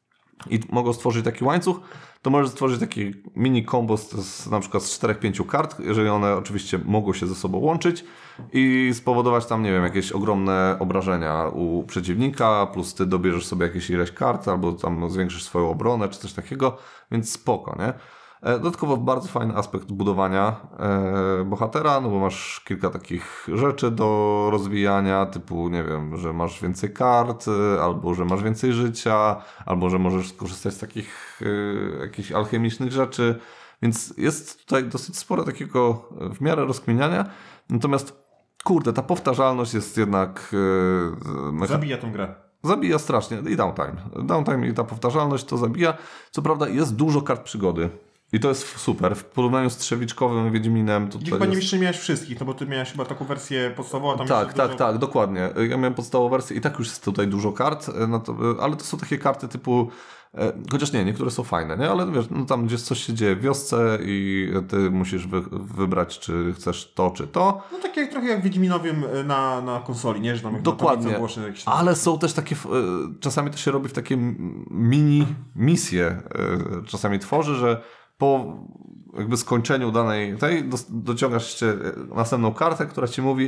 i mogą stworzyć taki łańcuch, to możesz stworzyć taki mini combo na przykład z 4-5 kart, jeżeli one oczywiście mogą się ze sobą łączyć i spowodować tam, nie wiem, jakieś ogromne obrażenia u przeciwnika, plus ty dobierzesz sobie jakieś ileś kart, albo tam zwiększysz swoją obronę, czy coś takiego, więc spoko, nie? Dodatkowo bardzo fajny aspekt budowania bohatera, no bo masz kilka takich rzeczy do rozwijania, typu, nie wiem, że masz więcej kart, albo że masz więcej życia, albo że możesz skorzystać z takich jakichś alchemicznych rzeczy, więc jest tutaj dosyć sporo takiego w miarę rozkminiania, natomiast kurde, ta powtarzalność jest jednak... Zabija tą grę. Zabija strasznie i downtime. Downtime i ta powtarzalność to zabija. Co prawda jest dużo kart przygody. I to jest super. W porównaniu z Trzewiczkowym Wiedźminem... I chyba nie jeszcze miałeś wszystkich, no bo ty miałeś chyba taką wersję podstawową. Tam Tak, dokładnie. Ja miałem podstawową wersję i tak już jest tutaj dużo kart, ale to są takie karty typu... Chociaż nie, niektóre są fajne, nie? Ale wiesz, no tam gdzie coś się dzieje w wiosce i ty musisz wybrać, czy chcesz to, czy to. No takie trochę jak w Wiedźminowym na konsoli, nie? Że tam dokładnie, ale są też takie, czasami to się robi w takie mini misje, czasami tworzy, że po jakby skończeniu danej tej dociągasz jeszcze następną kartę, która ci mówi,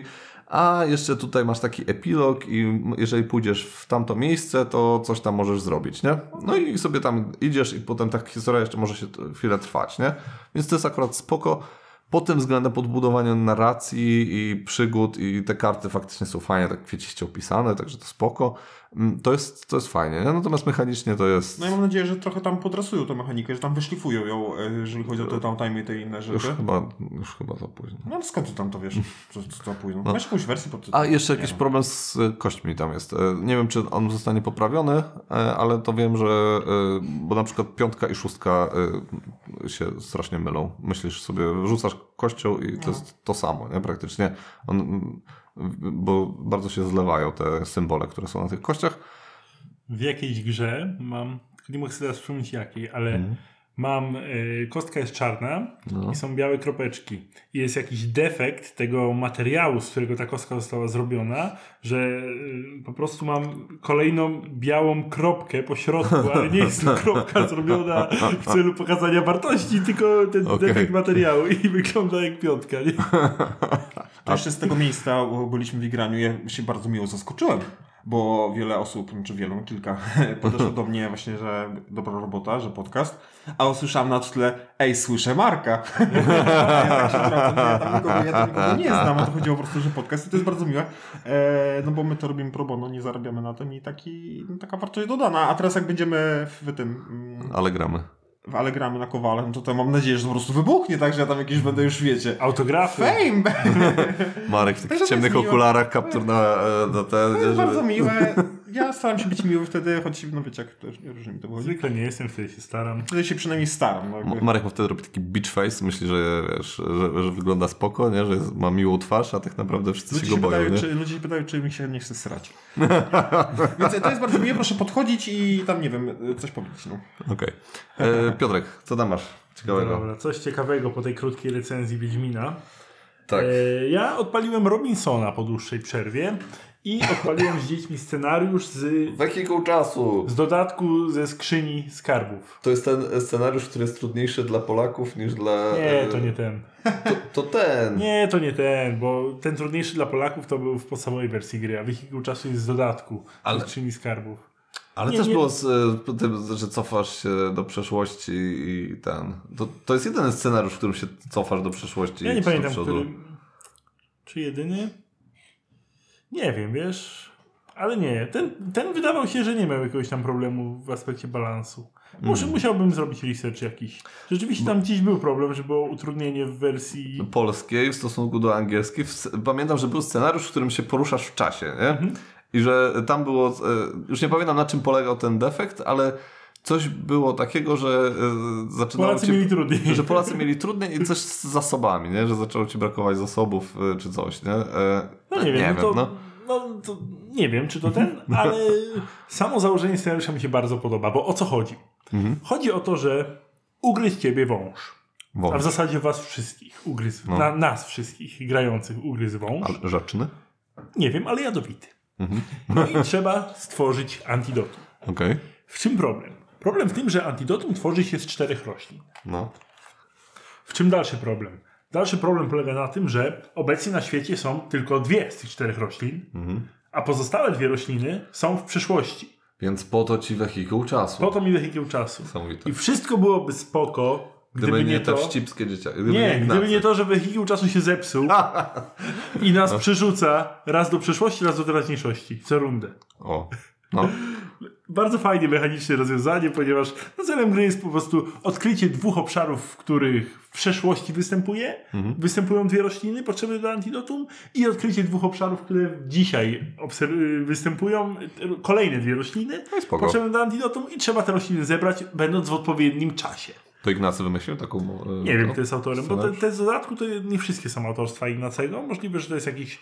a jeszcze tutaj masz taki epilog i jeżeli pójdziesz w tamto miejsce, to coś tam możesz zrobić, nie? No i sobie tam idziesz i potem ta historia jeszcze może się chwilę trwać, nie? Więc to jest akurat spoko. Pod tym względem podbudowania narracji i przygód i te karty faktycznie są fajnie, tak kwieciście opisane, także to spoko. To jest fajnie, nie? Natomiast mechanicznie to jest... No ja mam nadzieję, że trochę tam podrasują tę mechanikę, że tam wyszlifują ją, jeżeli chodzi o te downtime i te inne rzeczy. Już chyba za późno. No ale skąd ty tam to wiesz, że za późno? Masz jakąś wersję pod A jeszcze jakiś problem z kośćmi tam jest. Nie wiem, czy on zostanie poprawiony, ale to wiem, że... Bo na przykład 5 i 6 się strasznie mylą. Myślisz sobie, rzucasz kością i to jest to samo, nie? Praktycznie. Bo bardzo się zlewają te symbole, które są na tych kościach. W jakiejś grze mam, nie mogę sobie teraz przypomnieć jakiej, ale mam, kostka jest czarna i są białe kropeczki. I jest jakiś defekt tego materiału, z którego ta kostka została zrobiona, że po prostu mam kolejną białą kropkę po środku, ale nie jest to kropka zrobiona w celu pokazania wartości, tylko ten defekt materiału i wygląda jak 5, nie? To jeszcze z tego miejsca, bo byliśmy w Igraniu, ja się bardzo miło zaskoczyłem, bo wiele osób, czy wielu, kilka podeszło do mnie właśnie, że dobra robota, że podcast, a usłyszałem na tle, ej, słyszę Marka. Ja tak się wracam, ja tam nikogo nie znam, a to chodziło po prostu, że podcast i to jest bardzo miłe, no bo my to robimy pro bono, nie zarabiamy na tym i taka wartość dodana, a teraz jak będziemy w tym... Ale gramy. Ale gramy na Kowale, no to mam nadzieję, że to po prostu wybuchnie, tak, że ja tam jakieś będę już, wiecie... Autografy. Fame! Marek w takich ciemnych okularach, kaptur na te... To jest bardzo miłe. Ja staram się być miły wtedy, choć, no wiecie, jak też różnie mi to wychodzi. Zwykle nie jestem, wtedy się staram. Wtedy się przynajmniej staram. No Marek ma wtedy robi taki beach face, myśli, że, wiesz, że wygląda spoko, nie? Że ma miłą twarz, a tak naprawdę wszyscy się go boją. Ludzie się pytają, czy mi się nie chce srać. Więc to jest bardzo miłe, proszę podchodzić i tam, nie wiem, coś powiedzieć. No. Okej. Piotrek, co tam masz ciekawego? Dobra, coś ciekawego po tej krótkiej recenzji Wiedźmina. Tak. Ja odpaliłem Robinsona po dłuższej przerwie i odpaliłem z dziećmi scenariusz Wehikuł czasu. z dodatku ze skrzyni skarbów. To jest ten scenariusz, który jest trudniejszy dla Polaków niż dla... Nie, to nie ten. To ten. Nie, to nie ten, bo ten trudniejszy dla Polaków to był w podstawowej wersji gry, a Wehikuł czasu jest z dodatku ze skrzyni skarbów. Ale też było z tym, że cofasz się do przeszłości i ten... To jest jedyny scenariusz, w którym się cofasz do przeszłości. Ja i nie do pamiętam, przodu. który... Czy jedyny? Nie wiem, wiesz... Ale nie, ten wydawał się, że nie miał jakiegoś tam problemu w aspekcie balansu. Musiałbym zrobić research jakiś. Rzeczywiście tam gdzieś był problem, że było utrudnienie w wersji... polskiej w stosunku do angielskiej. Pamiętam, że był scenariusz, w którym się poruszasz w czasie, nie? I że tam było... Już nie pamiętam, na czym polegał ten defekt, ale coś było takiego, że zaczynało Polacy mieli trudniej. Że Polacy mieli trudniej i coś z zasobami, nie? Że zaczęło ci brakować zasobów czy coś, nie? No nie wiem, to nie wiem, czy to ten, ale samo założenie scenariusza mi się bardzo podoba, bo o co chodzi? Chodzi o to, że ugryzł ciebie wąż. A w zasadzie was wszystkich ugryzł, nas wszystkich grających ugryzł wąż. Ale rzeczny? Nie wiem, ale jadowity. No i trzeba stworzyć antidotum. Okej. W czym problem? Problem w tym, że antidotum tworzy się z 4 roślin. No. W czym dalszy problem? Dalszy problem polega na tym, że obecnie na świecie są tylko 2 z tych 4 roślin, a pozostałe 2 rośliny są w przyszłości. Więc po to ci wehikuł czasu. Po to mi wehikuł czasu. Niesamowite. I wszystko byłoby spoko, gdyby nie te to... wścibskie dzieciaki. Gdyby nie to, że wehikuł czasu się zepsuł i nas przerzuca raz do przeszłości, raz do teraźniejszości. Co rundę. O, no. Bardzo fajnie mechaniczne rozwiązanie, ponieważ celem gry jest po prostu odkrycie 2 obszarów, w których w przeszłości występują 2 rośliny potrzebne do antidotum i odkrycie 2 obszarów, które dzisiaj występują, kolejne 2 rośliny potrzebne do antidotum i trzeba te rośliny zebrać, będąc w odpowiednim czasie. To Ignacy wymyślił taką... Nie wiem, kto jest autorem, bo te z dodatku to nie wszystkie są autorstwa Ignacego. Możliwe, że to jest jakiś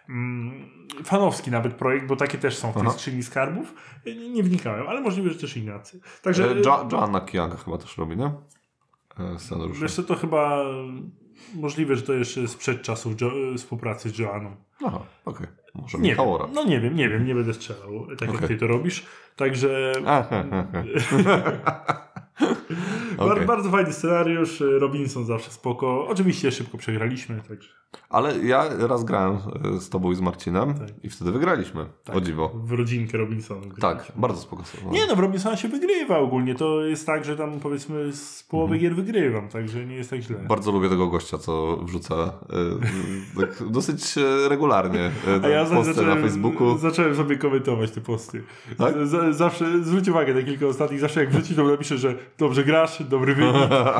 fanowski nawet projekt, bo takie też są w tej skrzyni skarbów. Nie wnikałem, ale możliwe, że też Ignacy. Także Joanna Kianga chyba też robi, nie? Scenariusze. Wiesz co, to chyba możliwe, że to jeszcze sprzed czasów współpracy z Joanną. Aha, okej. Może Nie Michał wiem. No nie wiem, nie będę strzelał, tak jak ty to robisz. Także bardzo fajny scenariusz, Robinson zawsze spoko. Oczywiście szybko przegraliśmy, także... Ale ja raz grałem z tobą i z Marcinem i wtedy wygraliśmy. O dziwo. W rodzinkę Robinsonów. Tak, bardzo spoko. Nie no, w Robinsona się wygrywa ogólnie. To jest tak, że tam powiedzmy z połowy gier wygrywam, także nie jest tak źle. Bardzo lubię tego gościa, co wrzuca tak dosyć regularnie posty na Facebooku. Zacząłem sobie komentować te posty. Tak? Zawsze, zwróć uwagę, na kilka ostatnich, zawsze jak wrzuci, to napiszę, że dobrze grasz, dobry wynik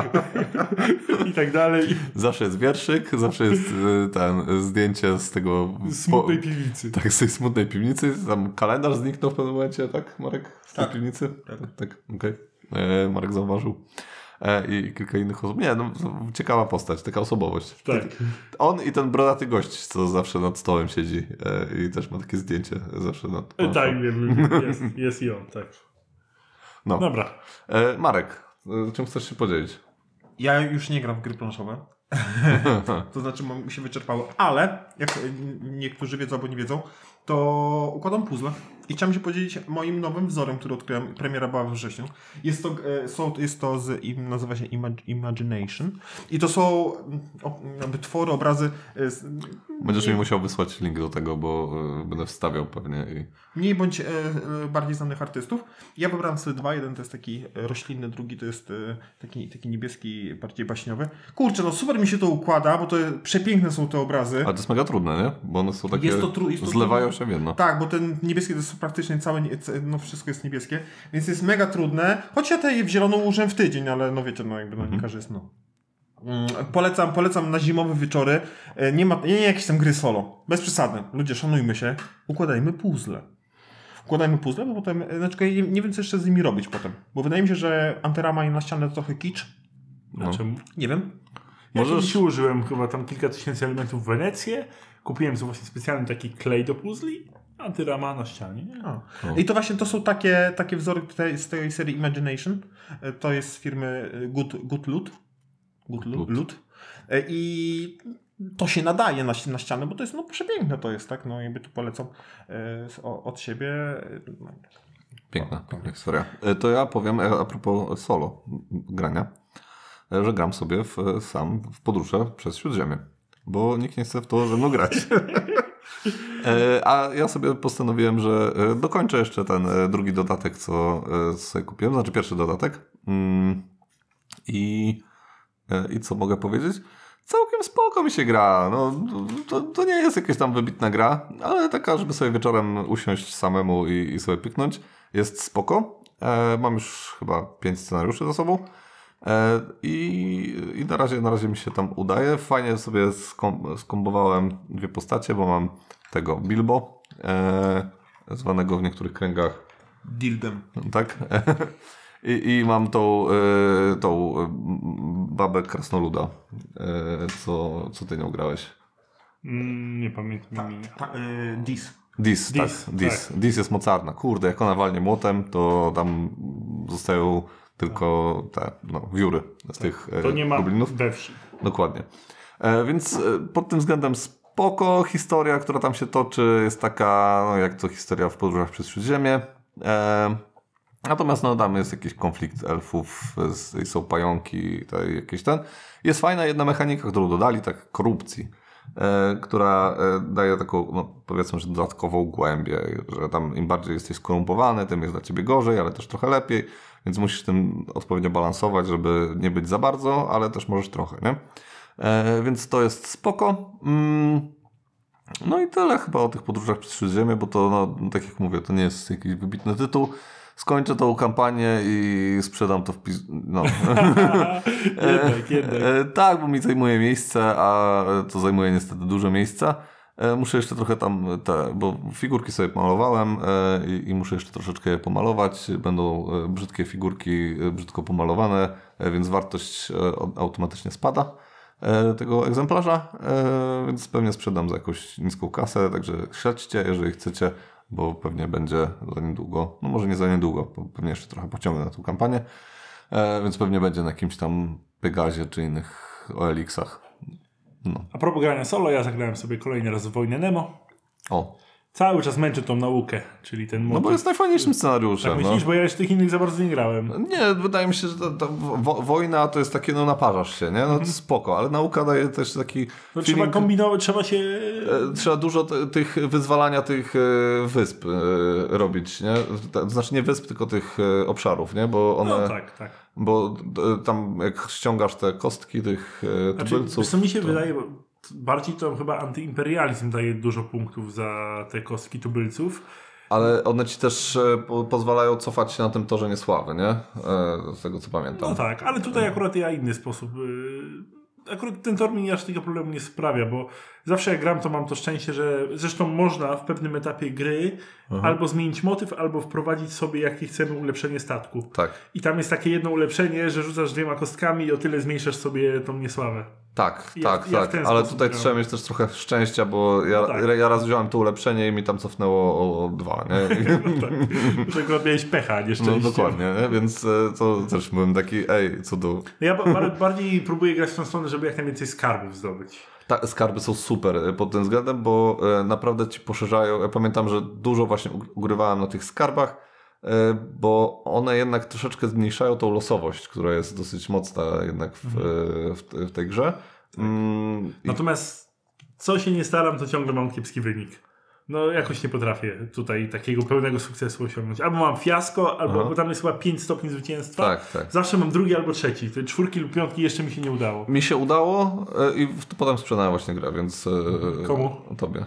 i tak dalej. Zawsze jest wierszyk, zawsze jest zdjęcie z tego... Smutnej piwnicy. Tak, z tej smutnej piwnicy. Tam kalendarz zniknął w pewnym momencie, tak, Marek? Z tej piwnicy? Tak, okej. Marek zauważył. I kilka innych osób. Nie, no ciekawa postać, taka osobowość. Tak. On i ten brodaty gość, co zawsze nad stołem siedzi i też ma takie zdjęcie zawsze nad... Tak, jest i on, tak. No. Dobra. Marek, czym chcesz się podzielić? Ja już nie gram w gry planszowe. To znaczy mi się wyczerpało, ale jak niektórzy wiedzą albo nie wiedzą, to układam puzzle i chciałem się podzielić moim nowym wzorem, który odkryłem. Premiera była we wrześniu. Jest to nazywa się Imagination i to są wytwory, obrazy. Będziesz mi musiał wysłać link do tego, bo będę wstawiał pewnie. Mniej bądź bardziej znanych artystów. Ja wybrałem sobie 2. Jeden to jest taki roślinny, drugi to jest taki niebieski, bardziej baśniowy. Kurczę, no super mi się to układa, bo to przepiękne są te obrazy. Ale to jest mega trudne, nie? Bo one są takie, zlewają się w jedno. Tak, bo ten niebieski to jest praktycznie całe, no wszystko jest niebieskie, więc jest mega trudne. Choć ja tej w zieloną użyłem w tydzień, ale no wiecie, no jakby nie każdy jest, no. Polecam na zimowe wieczory. Nie jakieś tam gry solo. Bez przesady. Ludzie, szanujmy się. Układajmy puzzle, bo potem... Znaczy, nie wiem, co jeszcze z nimi robić potem. Bo wydaje mi się, że Antyrama i na ścianę to trochę kicz. No. Czemu? Nie wiem. Ja kiedyś użyłem chyba tam kilka tysięcy elementów w Wenecję. Kupiłem sobie właśnie specjalny taki klej do puzli. Antyrama na ścianie. I to właśnie to są takie wzory z tej serii Imagination. To jest z firmy Good Loot. I to się nadaje na ścianę, bo to jest przepiękne to jest, tak? No jakby tu polecam od siebie. Piękna historia. To ja powiem a propos solo grania, że gram sobie sam w podróże przez Śródziemie, bo nikt nie chce w to ze mną grać. A ja sobie postanowiłem, że dokończę jeszcze ten drugi dodatek, co sobie kupiłem, znaczy pierwszy dodatek. I co mogę powiedzieć? Całkiem spoko mi się gra. No, to nie jest jakaś tam wybitna gra, ale taka, żeby sobie wieczorem usiąść samemu i sobie pyknąć. Jest spoko. Mam już chyba 5 scenariuszy za sobą. I na razie mi się tam udaje. Fajnie sobie skombowałem 2 postacie, bo mam tego Bilbo, zwanego w niektórych kręgach Dildem. tak? I mam tą babę krasnoluda. Co ty nią grałeś? Nie pamiętam. Dis. Dis jest mocarna. Kurde, jak ona walnie młotem, to tam zostają tylko te wióry z tych To nie ma goblinów. we wsi. Dokładnie. Więc pod tym względem spoko. Historia, która tam się toczy, jest taka, jak to historia w podróżach przez Śródziemie. Natomiast tam jest jakiś konflikt elfów, są pająki, jakieś ten. Jest fajna jedna mechanika, którą dodali, tak korupcji, która daje taką, powiedzmy, że dodatkową głębię, że tam im bardziej jesteś skorumpowany, tym jest dla ciebie gorzej, ale też trochę lepiej, więc musisz tym odpowiednio balansować, żeby nie być za bardzo, ale też możesz trochę, nie? Więc to jest spoko. No i tyle chyba o tych podróżach przez Śródziemie, bo to, tak jak mówię, to nie jest jakiś wybitny tytuł. Skończę tą kampanię i sprzedam to jednak. Tak, bo mi zajmuje miejsce, a to zajmuje niestety dużo miejsca. Muszę jeszcze trochę tam bo figurki sobie malowałem i muszę jeszcze troszeczkę je pomalować. Będą brzydkie figurki, brzydko pomalowane, więc wartość automatycznie spada tego egzemplarza, więc pewnie sprzedam za jakąś niską kasę, także śledźcie, jeżeli chcecie, bo pewnie będzie za niedługo, może nie za niedługo, bo pewnie jeszcze trochę pociągnę na tą kampanię, więc pewnie będzie na jakimś tam Pegazie czy innych OLX-ach. A propos grania solo, ja zagrałem sobie kolejny raz w Wojnę Nemo. Cały czas męczę tą naukę, czyli ten motyw. Bo jest najfajniejszym scenariuszem. Tak myślisz, bo ja jeszcze tych innych za bardzo nie grałem. Nie, wydaje mi się, że wojna to jest takie, naparzasz się, nie? To spoko, ale nauka daje też taki feeling. Trzeba kombinować, trzeba się... Trzeba dużo tych wyzwalania tych wysp robić, nie? To znaczy nie wysp, tylko tych obszarów, nie? Bo one... tak. Bo tam jak ściągasz te kostki tych tubylców... Co mi się wydaje, bo bardziej to chyba antyimperializm daje dużo punktów za te kostki tubylców. Ale one ci też pozwalają cofać się na tym torze niesławy, nie? Z tego co pamiętam. No tak, ale tutaj akurat ja inny sposób. Akurat ten tor mi aż tego problemu nie sprawia, bo zawsze jak gram, to mam to szczęście, że zresztą można w pewnym etapie gry albo zmienić motyw, albo wprowadzić sobie, jakie chcemy ulepszenie statku. Tak. I tam jest takie jedno ulepszenie, że rzucasz 2 kostkami i o tyle zmniejszasz sobie tą niesławę. Tak. Ale tutaj trzeba mieć też trochę szczęścia, bo ja raz wziąłem to ulepszenie i mi tam cofnęło o 2, nie? Tutaj akurat miałeś pecha, nieszczęście. No dokładnie, nie? Więc to też byłem taki, cudu. Ja bardziej próbuję grać w tą stronę, żeby jak najwięcej skarbów zdobyć. Skarby są super pod tym względem, bo naprawdę ci poszerzają. Ja pamiętam, że dużo właśnie ugrywałem na tych skarbach, bo one jednak troszeczkę zmniejszają tą losowość, która jest dosyć mocna jednak w tej grze. Natomiast co się nie staram, to ciągle mam kiepski wynik. Jakoś nie potrafię tutaj takiego pełnego sukcesu osiągnąć. Albo mam fiasko, albo bo tam jest chyba 5 stopni zwycięstwa. Tak. Zawsze mam 2 albo 3. Te 4 lub 5 jeszcze mi się nie udało. Mi się udało i potem sprzedałem właśnie grę, więc... Komu? Tobie.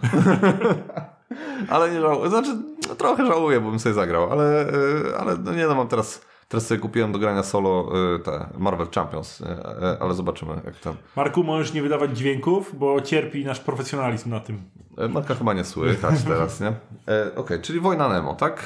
Ale nie żałuję. Znaczy, trochę żałuję, bo bym sobie zagrał, ale mam teraz sobie kupiłem do grania solo te Marvel Champions, ale zobaczymy jak tam. Marku, możesz nie wydawać dźwięków, bo cierpi nasz profesjonalizm na tym. Marka chyba nie słychać teraz, nie? Okej, czyli Wojna Nemo, tak?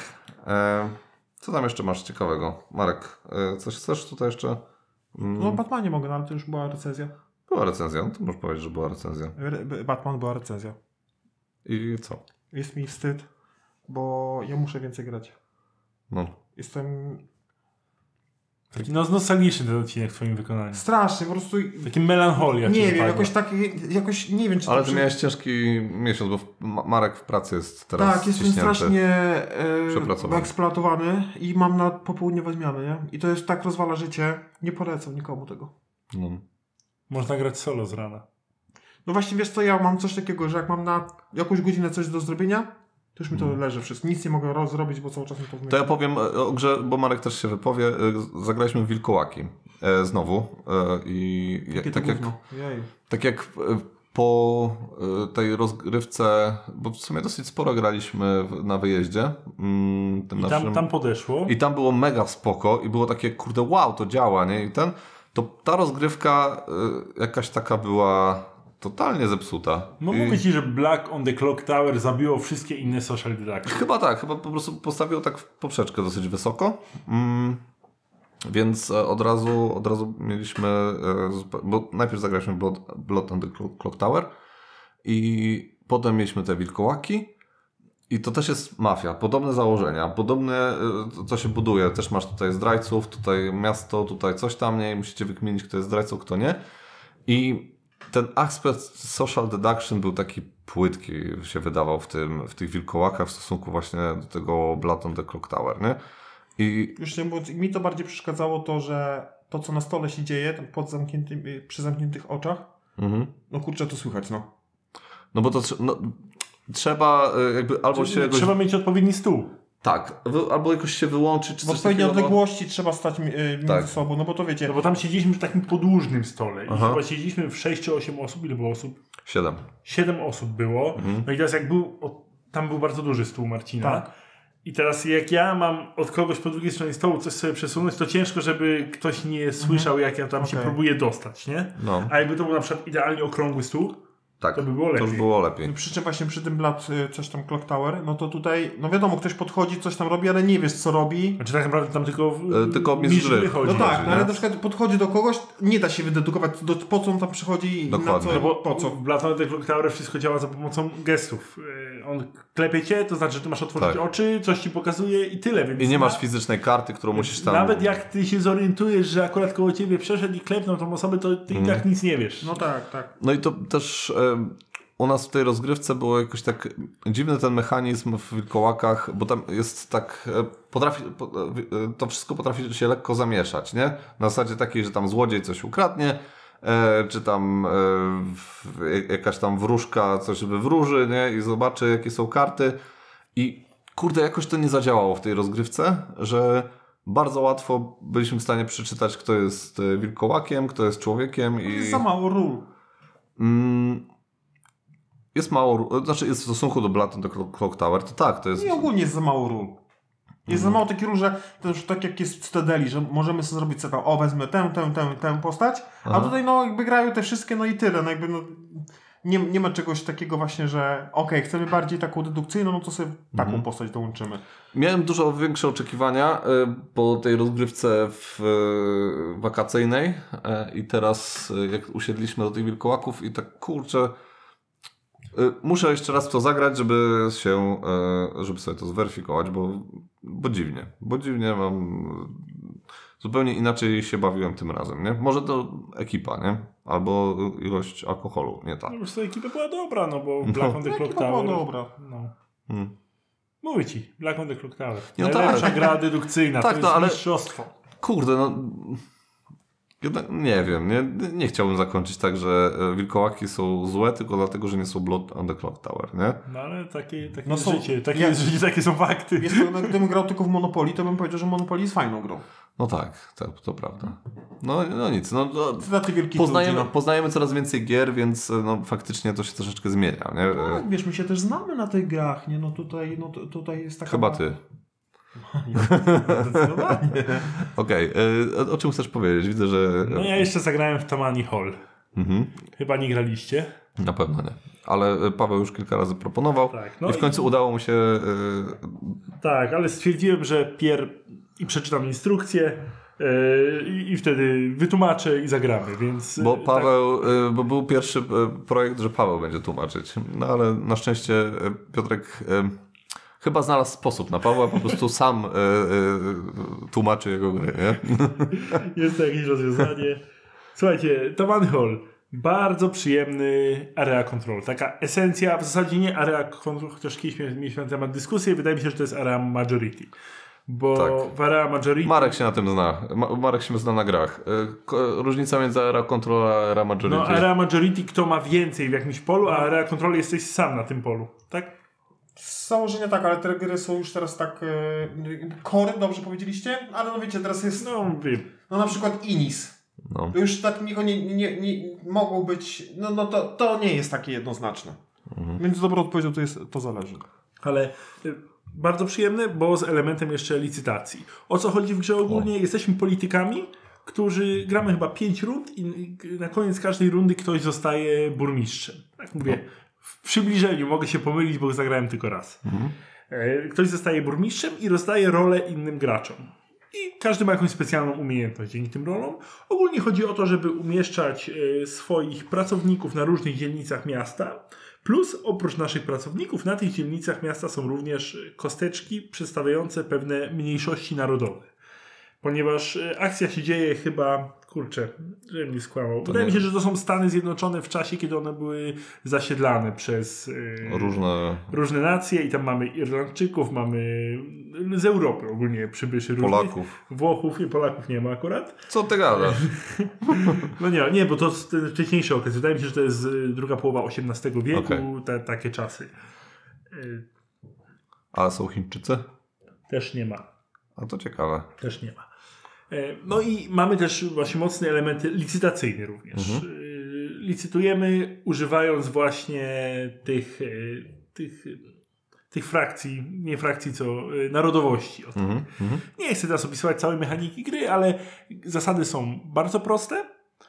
Co tam jeszcze masz ciekawego? Marek, coś chcesz tutaj jeszcze? No Batmanie mogę, ale to już była recenzja. Była recenzja, no to możesz powiedzieć, że była recenzja. Batman była recenzja. I co? Jest mi wstyd, bo ja muszę więcej grać. No. Taki nostalgiczny ten odcinek w twoim wykonaniu. Strasznie, po prostu... Taki melancholia. Nie wiem, jakoś nie wiem, czy Ale to... ty miałeś ciężki miesiąc, bo Marek w pracy jest teraz Tak, jestem ściśnięty. strasznie Przepracowany. eksploatowany i mam na popołudniowe zmiany, nie? I to jest tak rozwala życie. Nie polecam nikomu tego. No. Można grać solo z rana. No właśnie, wiesz co, ja mam coś takiego, że jak mam na jakąś godzinę coś do zrobienia, to już mi to leży wszystko. Nic nie mogę zrobić, bo cały czas mi to To ja powiem o grze, bo Marek też się wypowie. Zagraliśmy w Wilkołaki znowu. Tak jak po tej rozgrywce, bo w sumie dosyć sporo graliśmy na wyjeździe. Tam podeszło. I tam było mega spoko i było takie, kurde, wow, to działa, nie? I ta rozgrywka jakaś taka była totalnie zepsuta. No mówię ci, że Black on the Clock Tower zabiło wszystkie inne social deduction. Chyba tak, chyba po prostu postawił tak w poprzeczkę dosyć wysoko. Więc od razu mieliśmy, bo najpierw zagraliśmy Blood on the Clock Tower i potem mieliśmy te wilkołaki i to też jest mafia, podobne założenia, podobne co się buduje, też masz tutaj zdrajców, tutaj miasto, tutaj coś tam, nie, i musicie wykminić, kto jest zdrajcą, kto nie. I ten aspekt social deduction był taki płytki, się wydawał w tych wilkołakach w stosunku właśnie do tego Blood on the Clock Tower, nie? I już nie mówiąc, mi to bardziej przeszkadzało to, że to, co na stole się dzieje, tam przy zamkniętych oczach, no kurczę, to słychać, no. No bo to trzeba jakby albo się... Trzeba mieć odpowiedni stół. Tak, albo jakoś się wyłączyć, czy w coś odpowiedniej takiego. odległości trzeba stać między sobą, no bo to wiecie... No bo tam siedzieliśmy przy takim podłużnym stole i chyba siedzieliśmy w 6 czy 8 osób. Ile było osób? 7. 7 osób było. No i teraz jak tam był bardzo duży stół Marcina. Tak. I teraz jak ja mam od kogoś po drugiej stronie stołu coś sobie przesunąć, to ciężko, żeby ktoś nie słyszał, jak ja tam się próbuję dostać, nie? No. A jakby to był na przykład idealnie okrągły stół, Tak, to by było lepiej. To już było lepiej. Przy czym właśnie przy tym Blood, coś tam Clock Tower, no to tutaj, no wiadomo, ktoś podchodzi, coś tam robi, ale nie wiesz, co robi. Znaczy tak naprawdę tam tylko mistrz gry wychodzi. No tak, nie? ale na przykład podchodzi do kogoś, nie da się wydedukować, po co on tam przychodzi i Dokładnie. na co, No bo po co. w Blood on the Clock Tower wszystko działa za pomocą gestów. On klepie cię, to znaczy, że ty masz otworzyć oczy, coś ci pokazuje i tyle. Więc I nie masz fizycznej karty, którą musisz tam... Nawet jak ty się zorientujesz, że akurat koło ciebie przeszedł i klepnął tą osobę, to ty i tak nic nie wiesz. No tak, tak. No i to też... U nas w tej rozgrywce było jakoś tak dziwny ten mechanizm w wilkołakach, bo tam jest tak, to wszystko potrafi się lekko zamieszać, nie? Na zasadzie takiej, że tam złodziej coś ukradnie, czy tam jakaś tam wróżka coś wywróży, nie? I zobaczy, jakie są karty. I kurde, jakoś to nie zadziałało w tej rozgrywce, że bardzo łatwo byliśmy w stanie przeczytać, kto jest wilkołakiem, kto jest człowiekiem. Jest za mało ról. Jest mało, znaczy jest w stosunku do Blood on the Clock Tower, to tak, to jest... I ogólnie jest za mało ról. Jest za mało takich ról, że to już tak jak jest w Cytadeli, że możemy sobie zrobić sobie wezmę tę postać, a tutaj no jakby grają te wszystkie, no i tyle, no jakby no nie ma czegoś takiego właśnie, że chcemy bardziej taką dedukcyjną, no to sobie taką postać dołączymy. Miałem dużo większe oczekiwania po tej rozgrywce wakacyjnej i teraz jak usiedliśmy do tych wilkołaków i tak kurczę, muszę jeszcze raz w to zagrać, żeby sobie to zweryfikować, bo dziwnie mam, zupełnie inaczej się bawiłem tym razem, nie? Może to ekipa, nie? Albo ilość alkoholu, nie tak. No już ta ekipa była dobra, no bo Black on the Clock Tower. Była dobra. No. Mówię ci, Black on the Clock Tower. No najlepsza gra dedukcyjna, tak, to jest ale mistrzostwo. Kurde, no... Jednak nie wiem, nie chciałbym zakończyć tak, że wilkołaki są złe tylko dlatego, że nie są Blood on the Clock Tower, nie? No ale takie No jest są- życie, jest życie, takie są fakty. Jest to, gdybym grał tylko w Monopoly, to bym powiedział, że Monopoly jest fajną grą. No tak, to prawda. No nic, Za te wielkie poznajemy coraz więcej gier, więc faktycznie to się troszeczkę zmienia, nie? Tak, wiesz, my się też znamy na tych grach, nie? No tutaj jest taka... Chyba ty. Zdecydowanie. Okej, o czym chcesz powiedzieć? Widzę, że... No ja jeszcze zagrałem w Tammany Hall. Chyba nie graliście. Na pewno nie. Ale Paweł już kilka razy proponował Tak, no i w końcu udało mu się... Tak, ale stwierdziłem, że i przeczytam instrukcję i wtedy wytłumaczę i zagramy, więc... Bo Paweł, bo był pierwszy projekt, że Paweł będzie tłumaczyć. No ale na szczęście Piotrek chyba znalazł sposób na Pawła, po prostu sam tłumaczy jego gry, nie? Jest to jakieś rozwiązanie. Słuchajcie, to Manhole. Bardzo przyjemny area control. Taka esencja, w zasadzie nie area control, chociaż kiedyś mieliśmy na temat dyskusji. Wydaje mi się, że to jest area majority. Bo Tak. w area majority... Marek się na tym zna. Marek się zna na grach. Różnica między area control a area majority. No, area majority, kto ma więcej w jakimś polu, a area control jesteś sam na tym polu. Tak? Z założenia tak, ale te gry są już teraz tak... Core, dobrze powiedzieliście? Ale no wiecie, teraz jest... No, wiem. No na przykład Inis. No. To już tak niego nie mogą być... No to nie jest takie jednoznaczne. Więc dobrą odpowiedzią to zależy. Ale bardzo przyjemne, bo z elementem jeszcze licytacji. O co chodzi w grze ogólnie? Jesteśmy politykami, którzy gramy chyba 5 rund i na koniec każdej rundy ktoś zostaje burmistrzem. Tak mówię, w przybliżeniu, mogę się pomylić, bo zagrałem tylko raz. Ktoś zostaje burmistrzem i rozdaje rolę innym graczom. I każdy ma jakąś specjalną umiejętność dzięki tym rolom. Ogólnie chodzi o to, żeby umieszczać swoich pracowników na różnych dzielnicach miasta. Plus oprócz naszych pracowników na tych dzielnicach miasta są również kosteczki przedstawiające pewne mniejszości narodowe. Ponieważ akcja się dzieje chyba, żebym nie skłamał. Wydaje mi się, że to są Stany Zjednoczone w czasie, kiedy one były zasiedlane przez różne nacje i tam mamy Irlandczyków, mamy z Europy ogólnie przybyszy różnych. Polaków. Włochów i Polaków nie ma akurat. Co ty gadasz? No nie, bo to jest ten wcześniejszy okres. Wydaje mi się, że to jest druga połowa XVIII wieku, takie czasy. A są Chińczycy? Też nie ma. A to ciekawe. Też nie ma. No i mamy też właśnie mocne elementy licytacyjne również. Licytujemy używając właśnie tych frakcji, nie frakcji, co narodowości. Nie chcę teraz opisywać całej mechaniki gry, ale zasady są bardzo proste.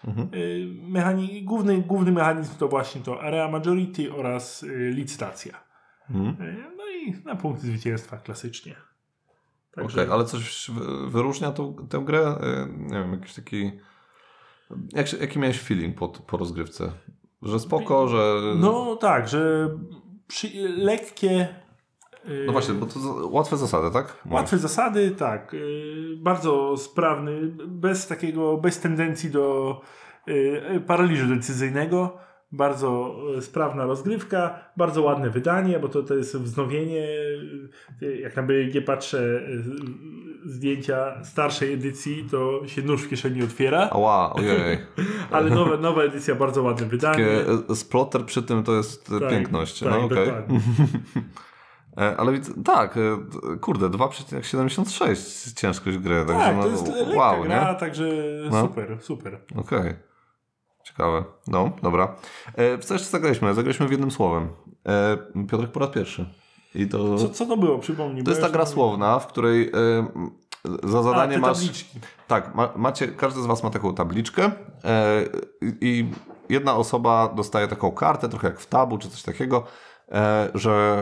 Główny mechanizm to właśnie to area majority oraz licytacja. No i na punkty zwycięstwa klasycznie. Okej, ale coś wyróżnia tę grę? Nie wiem, jakiś taki... Jaki miałeś feeling po rozgrywce? Że spoko, że... No tak, że lekkie... No właśnie, bo to łatwe zasady, tak? Łatwe zasady, tak. Bardzo sprawny, bez tendencji do paraliżu decyzyjnego. Bardzo sprawna rozgrywka, bardzo ładne wydanie, bo to jest wznowienie. Jak na BG patrzę zdjęcia starszej edycji, to się nóż w kieszeni otwiera. Ała, ojej. Ale nowa edycja, bardzo ładne wydanie. Takie splotter przy tym to jest piękność. Tak, no, okay. dokładnie. Ale tak, kurde, 2,76 ciężkość gry. Tak, także to jest lekka gra, także super. Okej. Ciekawe. No, dobra. W co jeszcze zagraliśmy? Zagraliśmy w jednym słowem. Piotrek po raz pierwszy. I to... Co to było? Przypomnij. To jest ta gra słowna, w której za zadanie te masz... tabliczki. Tak, każdy z was ma taką tabliczkę i jedna osoba dostaje taką kartę, trochę jak w tabu czy coś takiego, że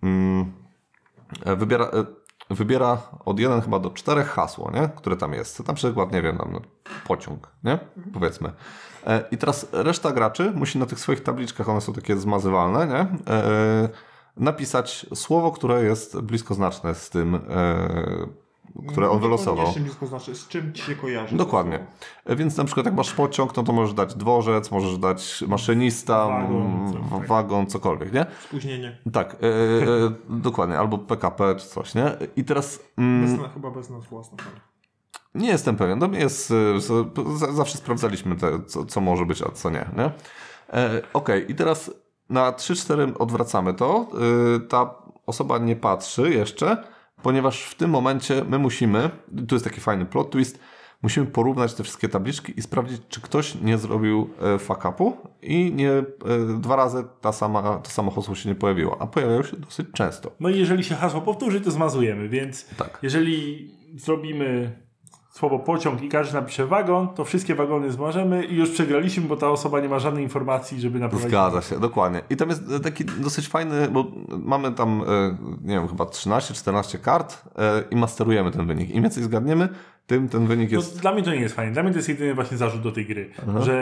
wybiera od 1 chyba do 4 hasło, nie? Które tam jest. Na przykład, nie wiem, pociąg, nie? Powiedzmy. I teraz reszta graczy musi na tych swoich tabliczkach, one są takie zmazywalne, nie? Napisać słowo, które jest bliskoznaczne z tym, które on wylosował. Z czym ci się kojarzy? Dokładnie. Więc na przykład jak masz pociąg, no to możesz dać dworzec, możesz dać maszynista, wagon, cokolwiek, nie? Spóźnienie. Tak, dokładnie. Albo PKP czy coś, nie? I teraz... chyba bez nas własnych. Nie jestem pewien. To jest, zawsze sprawdzaliśmy co może być, a co nie, nie? Okej, i teraz na 3-4 odwracamy to. Ta osoba nie patrzy jeszcze, ponieważ w tym momencie my musimy, tu jest taki fajny plot twist, musimy porównać te wszystkie tabliczki i sprawdzić, czy ktoś nie zrobił fuck upu i nie 2 razy to samo hasło się nie pojawiło, a pojawiają się dosyć często. No i jeżeli się hasło powtórzy, to zmazujemy, więc tak. Jeżeli zrobimy słowo pociąg i każdy napisze wagon, to wszystkie wagony zmarzemy i już przegraliśmy, bo ta osoba nie ma żadnej informacji, żeby naprowadzić. Zgadza się, dokładnie. I tam jest taki dosyć fajny, bo mamy tam, nie wiem, chyba 13-14 kart i masterujemy ten wynik. Im więcej zgadniemy, tym ten wynik jest... No, dla mnie to nie jest fajne. Dla mnie to jest jedyny właśnie zarzut do tej gry, że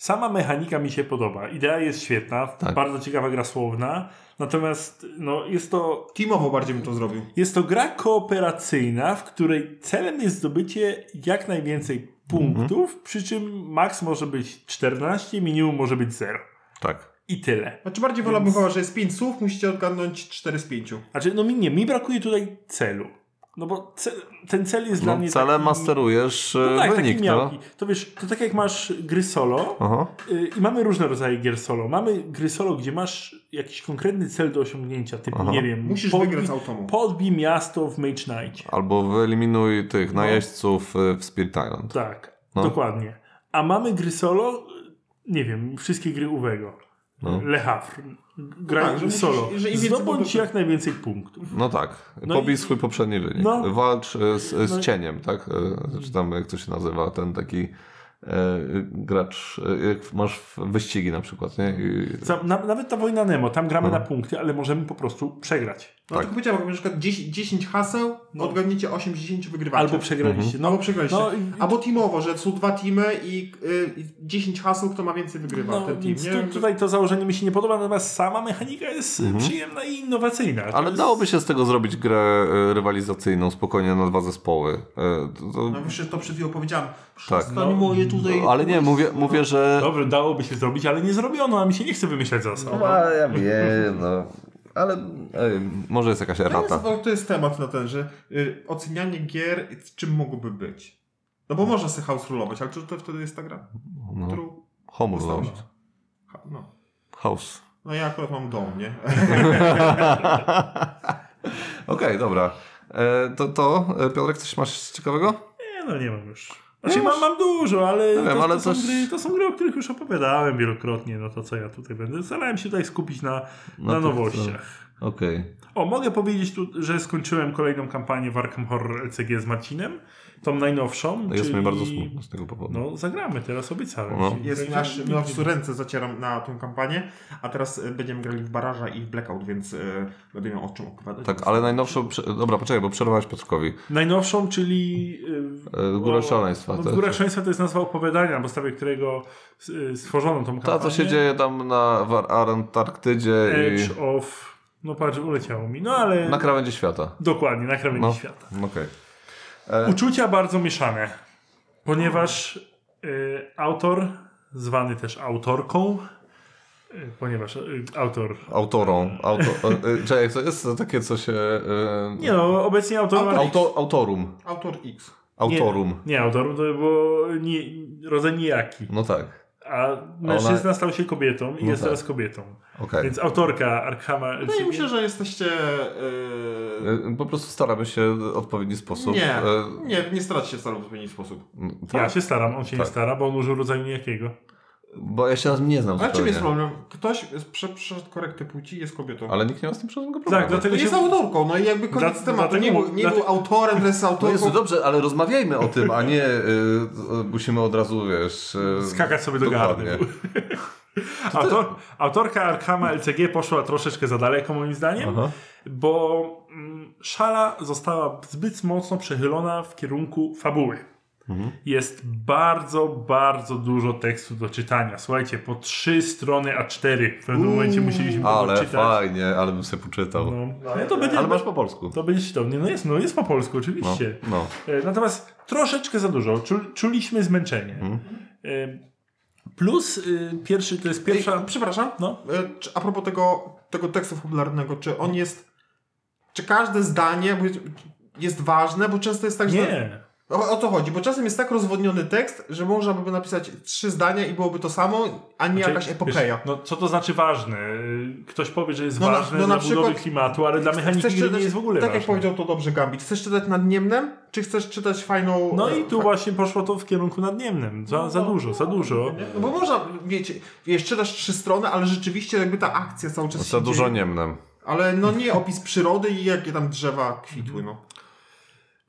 Sama mechanika mi się podoba. Idea jest świetna, bardzo ciekawa gra słowna. Natomiast jest to... Teamowo bardziej bym to zrobił. Jest to gra kooperacyjna, w której celem jest zdobycie jak najwięcej punktów, przy czym max może być 14, minimum może być 0. Tak. I tyle. Znaczy bardziej wolałbym chyba, że jest 5 słów, musicie odgadnąć 4 z 5. Znaczy, mi brakuje tutaj celu. No bo ten cel jest dla mnie celem taki... masterujesz wynik, taki miałki. To wiesz, to tak jak masz gry solo i mamy różne rodzaje gier solo. Mamy gry solo, gdzie masz jakiś konkretny cel do osiągnięcia, typu, nie wiem... Musisz wygrać z automu. Podbij miasto w Mage Knight. Albo wyeliminuj tych najeźdźców w Spirit Island. Tak, dokładnie. A mamy gry solo, nie wiem, wszystkie gry Uwego. Le Havre. Graj solo. Zdobądź jak najwięcej punktów. No tak. Pobij swój poprzedni wynik. Walcz z cieniem, tak? Czy tam jak to się nazywa, ten taki gracz, jak masz wyścigi na przykład, nie? Nawet ta wojna Nemo, tam gramy na punkty, ale możemy po prostu przegrać. No tak. Tak powiedziałem, na przykład 10 haseł, odgadniecie 8 z 10, wygrywacie. Albo przegraliście. Albo przegraliście. Albo teamowo, że są 2 teamy i 10 haseł, kto ma więcej wygrywa ten team. Nie? Tutaj to założenie mi się nie podoba, natomiast sama mechanika jest przyjemna i innowacyjna. Ale dałoby się z tego zrobić grę rywalizacyjną spokojnie na 2 zespoły. No wiesz, to przed chwilą powiedziałem. Tak. Moje tutaj... Ale nie, mówię, że... Dobrze, dałoby się zrobić, ale nie zrobiono, a mi się nie chce wymyślać zasad. No ja wiem, ale może jest jakaś errata. To jest temat na ten, że ocenianie gier, czym mogłoby być. No bo można sobie house rulować, ale czy to wtedy jest ta gra? Którą... Home rulować. House. No ja akurat mam dom, nie? Okej, dobra. Piotrek, coś masz ciekawego? Nie mam już. Znaczy mam dużo, ale, wiem, ale to są gry, o których już opowiadałem wielokrotnie, no to co ja tutaj będę. Starałem się tutaj skupić na nowościach. Okej. Mogę powiedzieć tu, że skończyłem kolejną kampanię w Arkham Horror LCG z Marcinem, tą najnowszą. Jest mi bardzo smutno z tego powodu. No zagramy, teraz obiecałem. Aż ręce zacieram na tą kampanię, a teraz będziemy grali w Baraża i w Blackout, więc będę miał o czym opowiadać. Tak, ale najnowszą... Dobra, poczekaj, bo przerwałeś Piotrkowi. Najnowszą, czyli... Góra Szaleństwa. W Górach Szaleństwa to jest nazwa opowiadania, na podstawie którego stworzono tą kampanię. Co się dzieje tam na Antarktydzie Edge of... No patrz, uleciało mi. No ale... Na krawędzi świata. Dokładnie, na krawędzi świata. Okej. Uczucia bardzo mieszane, ponieważ autor, zwany też autorką, ponieważ Czekaj, to jest takie, co się... Nie no, obecnie Autorum. Autor X. Autorum. Nie, autorum to było rodzaj nijaki. No tak. A mężczyzna stał się kobietą i jest teraz kobietą. Okay. Więc autorka Arkhama... No i myślę, że jesteście... Po prostu staramy się w odpowiedni sposób. Nie starać się starać w odpowiedni sposób. Ja się staram, on się nie stara, bo on użył rodzaju nijakiego. Bo ja się nie znam. Ale czym jest problem? Ktoś przeszedł korektę płci i jest kobietą. Ale nikt nie ma z tym żadnego problemu. Tak, dlatego jest autorką, no i jakby koniec tematu. Nie był autorem, teraz jest autorką. No jest dobrze, ale rozmawiajmy o tym, a nie musimy od razu, wiesz... skakać sobie do gardy. Autorka Arkhama LCG poszła troszeczkę za daleko moim zdaniem, bo szala została zbyt mocno przechylona w kierunku fabuły. Jest bardzo, bardzo dużo tekstu do czytania. Słuchajcie, po 3 strony A4 w pewnym momencie musieliśmy ale czytać. Fajnie, ale bym sobie poczytał. Ale masz po polsku. To będzie cudownie. Jest po polsku, oczywiście. Natomiast troszeczkę za dużo. Czuliśmy zmęczenie. Plus pierwszy, to jest pierwsza... Przepraszam. A propos tego tekstu fabularnego, czy on jest... Czy każde zdanie jest ważne? Bo często jest tak, że... Nie. O to chodzi, bo czasem jest tak rozwodniony tekst, że można by napisać 3 zdania i byłoby to samo, a nie jakaś epopeja. Wiesz, co to znaczy ważne? Ktoś powie, że jest ważne dla budowy klimatu, ale dla mechaniki gry nie jest w ogóle tak ważne. Jak powiedział to dobrze Gambit. Chcesz czytać nadniemnem, czy chcesz czytać fajną... No i tu właśnie poszło to w kierunku nadniemnym. Za dużo. No bo można, wiesz, czytasz 3 strony, ale rzeczywiście jakby ta akcja cały czas za dużo niemnem. Ale nie opis przyrody i jakie tam drzewa kwitły,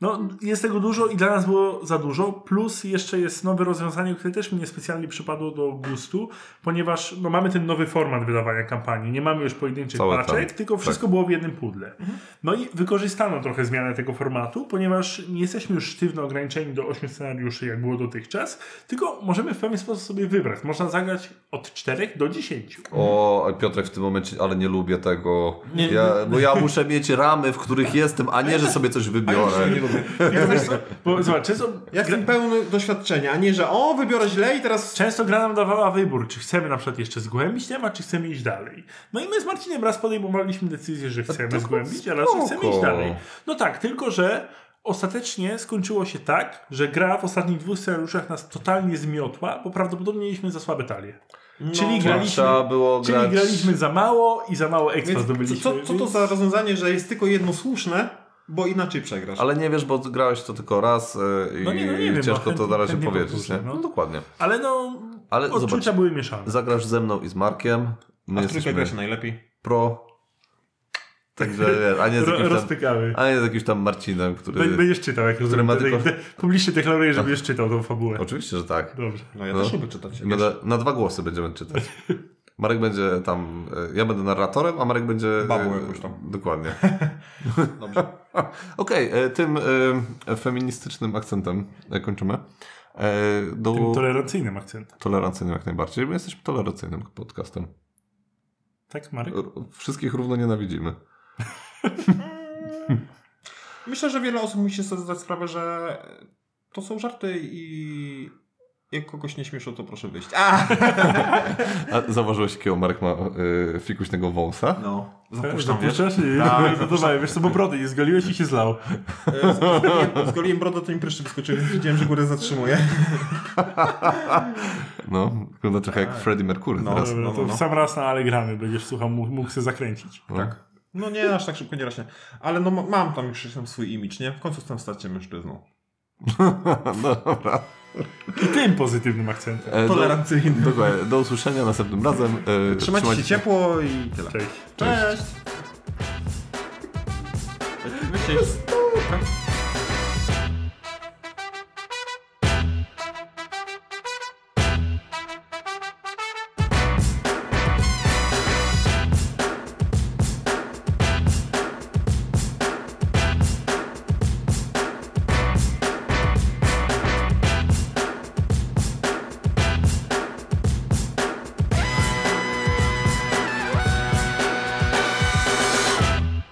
No, jest tego dużo i dla nas było za dużo, plus jeszcze jest nowe rozwiązanie, które też mi niespecjalnie przypadło do gustu, ponieważ no, mamy ten nowy format wydawania kampanii, nie mamy już pojedynczych paczek, tylko wszystko było w jednym pudle. No i wykorzystano trochę zmianę tego formatu, ponieważ nie jesteśmy już sztywno ograniczeni do 8 scenariuszy, jak było dotychczas, tylko możemy w pewien sposób sobie wybrać. Można zagrać od 4 do 10. O, Piotrek w tym momencie, ale nie lubię tego. Bo ja muszę mieć ramy, w których jestem, a nie, że sobie coś wybiorę. Nie lubię. Bo zobacz, Ja chcę pełne doświadczenia, a nie, że wybiorę źle i teraz... często gra nam dawała wybór, czy chcemy na przykład jeszcze zgłębić temat, czy chcemy iść dalej. No i my z Marcinem raz podejmowaliśmy decyzję, że chcemy zgłębić, a raz, że chcemy iść dalej. No tak, tylko że ostatecznie skończyło się tak, że gra w ostatnich 2 scenariuszach nas totalnie zmiotła, bo prawdopodobnie mieliśmy za słabe talie. Czyli graliśmy za mało i za mało expa zdobyliśmy. Co to za rozwiązanie, że jest tylko jedno słuszne, bo inaczej przegrasz? Ale nie wiesz, bo grałeś to tylko raz i nie wiem, ciężko to na razie chętnie powiedzieć. powtórzę, Nie? No dokładnie. Ale odczucia zobacz, były mieszane. zagrasz ze mną i z Markiem. My A w trójkę gra jesteśmy się najlepiej. pro. Także wiesz, a nie z jakimś tam, Rozpykamy. a nie z jakimś tam Marcinem, który... Będziesz czytał, jak rozumiem. ma tylko- Publicznie deklaruję, że będziesz czytał tą fabułę. Oczywiście, że tak. Dobrze. No ja też lubię czytać. Na 2 głosy będziemy czytać. Marek będzie tam, ja będę narratorem, a Marek będzie... Babą jakąś tam. Dokładnie. Dobrze. Okej, tym feministycznym akcentem kończymy. Tym tolerancyjnym akcentem. Tolerancyjnym jak najbardziej. My jesteśmy tolerancyjnym podcastem. Tak, Marek? Wszystkich równo nienawidzimy. Myślę, że wiele osób musi sobie zdać sprawę, że to są żarty i jak kogoś nie śmieszą, to proszę wyjść. A zauważyłeś, jakiego Marek ma fikuśnego wąsa? No, zapuszczam, wiesz? Tak, zadawaj, wiesz co, bo brody nie zgoliłeś i się zlał. Zgoliłem brodę, to mi pryszczy wyskoczyły, więc widziałem, że górę zatrzymuję. No, wygląda trochę jak Freddie Mercury teraz. Dobra, to w sam raz na Allegramy będziesz słuchał, mógł się zakręcić. Tak. No nie, aż tak szybko nie rośnie. Ale no mam tam już tam swój imidż, nie? W końcu chcę stać się mężczyzną. No dobra. I tym pozytywnym akcentem. Tolerancyjnym. Dokładnie. Do usłyszenia następnym razem. Trzymajcie się ciepło i tyle. Cześć. Cześć. Cześć.